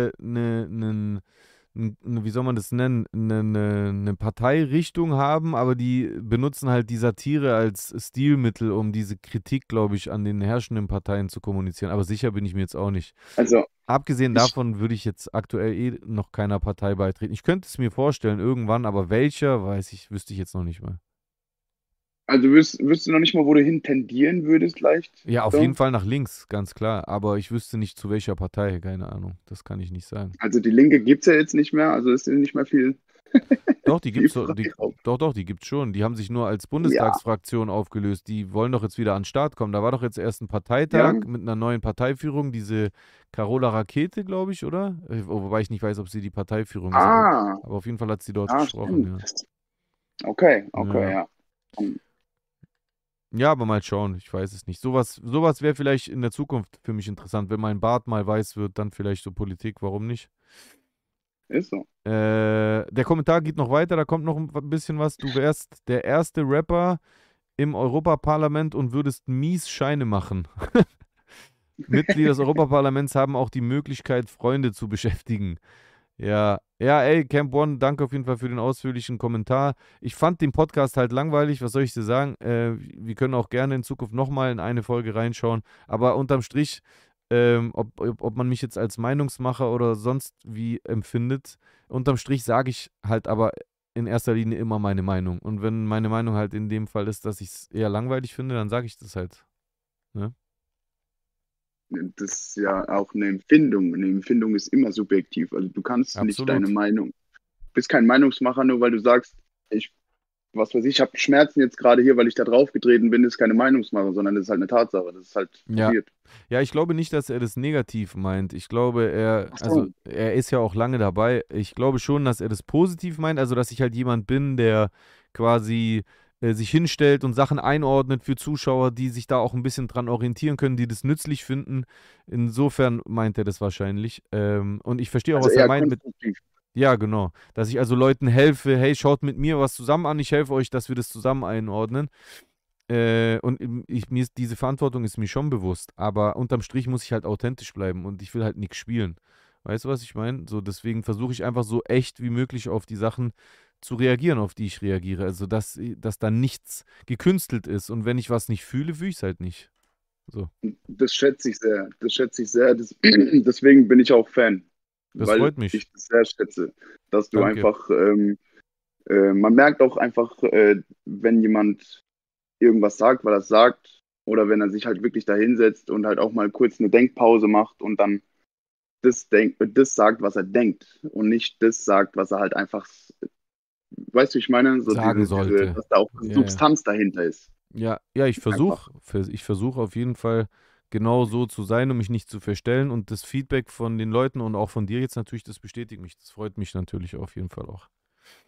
Speaker 2: wie soll man das nennen, eine Parteirichtung haben, aber die benutzen halt die Satire als Stilmittel, um diese Kritik, glaube ich, an den herrschenden Parteien zu kommunizieren. Aber sicher bin ich mir jetzt auch nicht.
Speaker 4: Also
Speaker 2: Abgesehen
Speaker 4: ich,
Speaker 2: davon würde ich jetzt aktuell noch keiner Partei beitreten. Ich könnte es mir vorstellen, irgendwann, aber welcher, wüsste ich jetzt noch nicht mal.
Speaker 4: also wüsstest du noch nicht mal, wo du hin tendieren würdest, leicht?
Speaker 2: Ja, auf jeden
Speaker 4: So?
Speaker 2: Fall nach links, ganz klar. Aber ich wüsste nicht, zu welcher Partei, keine Ahnung. Das kann ich nicht sagen.
Speaker 4: Also die Linke gibt es ja jetzt nicht mehr, also ist ja nicht mehr viel,
Speaker 2: Doch, die
Speaker 4: viel
Speaker 2: gibt's doch,
Speaker 4: Freiraum.
Speaker 2: doch, die gibt's schon. Die haben sich nur als
Speaker 4: Ja,
Speaker 2: Bundestagsfraktion aufgelöst. Die wollen doch jetzt wieder an den Start kommen. Da war doch jetzt erst ein
Speaker 4: ja.
Speaker 2: Parteitag mit einer neuen Parteiführung, diese Carola Rakete, glaube ich, oder? Wobei ich nicht weiß, ob sie die Parteiführung ist,
Speaker 4: Ah,
Speaker 2: aber auf jeden Fall hat sie dort gesprochen,
Speaker 4: stimmt.
Speaker 2: ja.
Speaker 4: Okay,
Speaker 2: Ja.
Speaker 4: ja. Um,
Speaker 2: Ja, aber mal schauen, ich weiß es nicht. Sowas wäre vielleicht in der Zukunft für mich interessant. Wenn mein Bart mal weiß wird, dann vielleicht so Politik, warum nicht?
Speaker 4: Ist so.
Speaker 2: Der Kommentar geht noch weiter, da kommt noch ein bisschen was. Du wärst der erste Rapper im Europaparlament und würdest mies Scheine machen. Mitglieder des Europaparlaments haben auch die Möglichkeit, Freunde zu beschäftigen. Ja, ja, ey, Camp One, danke auf jeden Fall für den ausführlichen Kommentar. Ich fand den Podcast halt langweilig, was soll ich dir sagen? Wir können auch gerne in Zukunft nochmal in eine Folge reinschauen, aber unterm Strich, ob man mich jetzt als Meinungsmacher oder sonst wie empfindet, unterm Strich sage ich halt aber in erster Linie immer meine Meinung. Und wenn meine Meinung halt in dem Fall ist, dass ich es eher langweilig finde, dann sage ich das halt. Ne?
Speaker 4: Das ist ja auch eine Empfindung. Eine Empfindung ist immer subjektiv. Also du kannst nicht deine
Speaker 2: Absolut.
Speaker 4: Meinung, bist kein Meinungsmacher, nur weil du sagst, was weiß ich habe Schmerzen jetzt gerade hier, weil ich da drauf getreten bin, ist keine Meinungsmacher, sondern das ist halt eine Tatsache. Das ist halt
Speaker 2: Ja.
Speaker 4: passiert.
Speaker 2: Ja, ich glaube nicht, dass er das negativ meint. Ich glaube,
Speaker 4: Ach
Speaker 2: also
Speaker 4: so.
Speaker 2: er ist ja auch lange dabei. Ich glaube schon, dass er das positiv meint, also dass ich halt jemand bin, der quasi sich hinstellt und Sachen einordnet für Zuschauer, die sich da auch ein bisschen dran orientieren können, die das nützlich finden. Insofern meint er das wahrscheinlich. Und ich verstehe auch,
Speaker 4: Also
Speaker 2: was er
Speaker 4: eher
Speaker 2: meint mit,
Speaker 4: konstruktiv.
Speaker 2: ja, genau, dass ich also Leuten helfe, hey, schaut mit mir was zusammen an, ich helfe euch, dass wir das zusammen einordnen. Diese Verantwortung ist mir schon bewusst, aber unterm Strich muss ich halt authentisch bleiben und ich will halt nichts spielen. Weißt du, was ich meine? So, deswegen versuche ich einfach so echt wie möglich auf die Sachen zu reagieren, auf die ich reagiere. Also, dass da nichts gekünstelt ist und wenn ich was nicht fühle, fühle ich es halt nicht. So,
Speaker 4: Das schätze ich sehr. Das schätze ich sehr. Deswegen bin ich auch Fan,
Speaker 2: das
Speaker 4: weil
Speaker 2: freut mich.
Speaker 4: ich das sehr schätze, dass du
Speaker 2: Danke.
Speaker 4: einfach, man merkt auch einfach, wenn jemand irgendwas sagt, weil er es sagt, oder wenn er sich halt wirklich da hinsetzt und halt auch mal kurz eine Denkpause macht und dann das sagt, was er denkt und nicht das sagt, was er halt einfach, weißt du, ich meine, so
Speaker 2: Sagen sollte.
Speaker 4: dass da auch
Speaker 2: Ja, ja.
Speaker 4: Substanz dahinter ist.
Speaker 2: Ja, ich
Speaker 4: Einfach.
Speaker 2: versuche auf jeden Fall genau so zu sein, um mich nicht zu verstellen und das Feedback von den Leuten und auch von dir jetzt natürlich, das bestätigt mich. Das freut mich natürlich auf jeden Fall auch.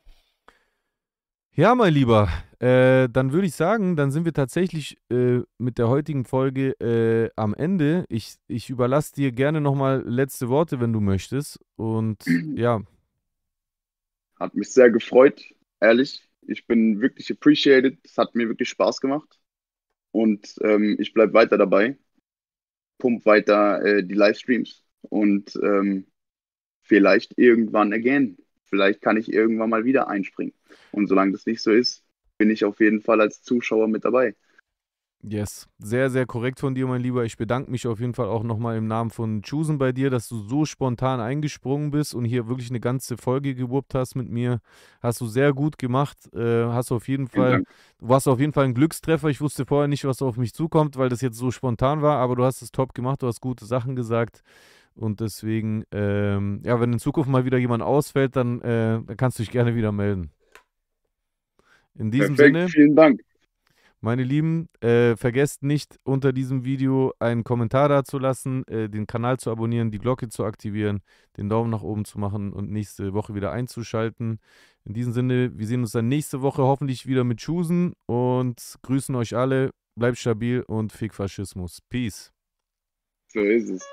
Speaker 2: Ja, mein Lieber, dann würde ich sagen, dann sind wir tatsächlich mit der heutigen Folge am Ende. Ich überlasse dir gerne nochmal letzte Worte, wenn du möchtest. Und ja,
Speaker 4: Hat mich sehr gefreut, ehrlich. Ich bin wirklich appreciated. Es hat mir wirklich Spaß gemacht. Und ich bleibe weiter dabei. Pump weiter die Livestreams. Und vielleicht irgendwann again. Vielleicht kann ich irgendwann mal wieder einspringen. Und solange das nicht so ist, bin ich auf jeden Fall als Zuschauer mit dabei.
Speaker 2: Yes, sehr, sehr korrekt von dir, mein Lieber. Ich bedanke mich auf jeden Fall auch nochmal im Namen von Choosen bei dir, dass du so spontan eingesprungen bist und hier wirklich eine ganze Folge gewuppt hast mit mir. Hast du sehr gut gemacht. Hast auf jeden
Speaker 4: Vielen
Speaker 2: Fall,
Speaker 4: Dank.
Speaker 2: du warst auf jeden Fall ein Glückstreffer. Ich wusste vorher nicht, was auf mich zukommt, weil das jetzt so spontan war, aber du hast es top gemacht, du hast gute Sachen gesagt. Und deswegen, ja, wenn in Zukunft mal wieder jemand ausfällt, dann kannst du dich gerne wieder melden. In diesem
Speaker 4: Perfekt,
Speaker 2: Sinne.
Speaker 4: vielen Dank.
Speaker 2: Meine Lieben, vergesst nicht, unter diesem Video einen Kommentar dazulassen, den Kanal zu abonnieren, die Glocke zu aktivieren, den Daumen nach oben zu machen und nächste Woche wieder einzuschalten. In diesem Sinne, wir sehen uns dann nächste Woche hoffentlich wieder mit Choosen und grüßen euch alle. Bleibt stabil und Fick Faschismus. Peace.
Speaker 4: So ist es.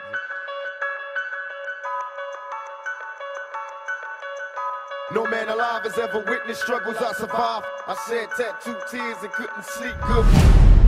Speaker 1: No man alive has ever witnessed struggles I survived. I shed tattooed tears and couldn't sleep good.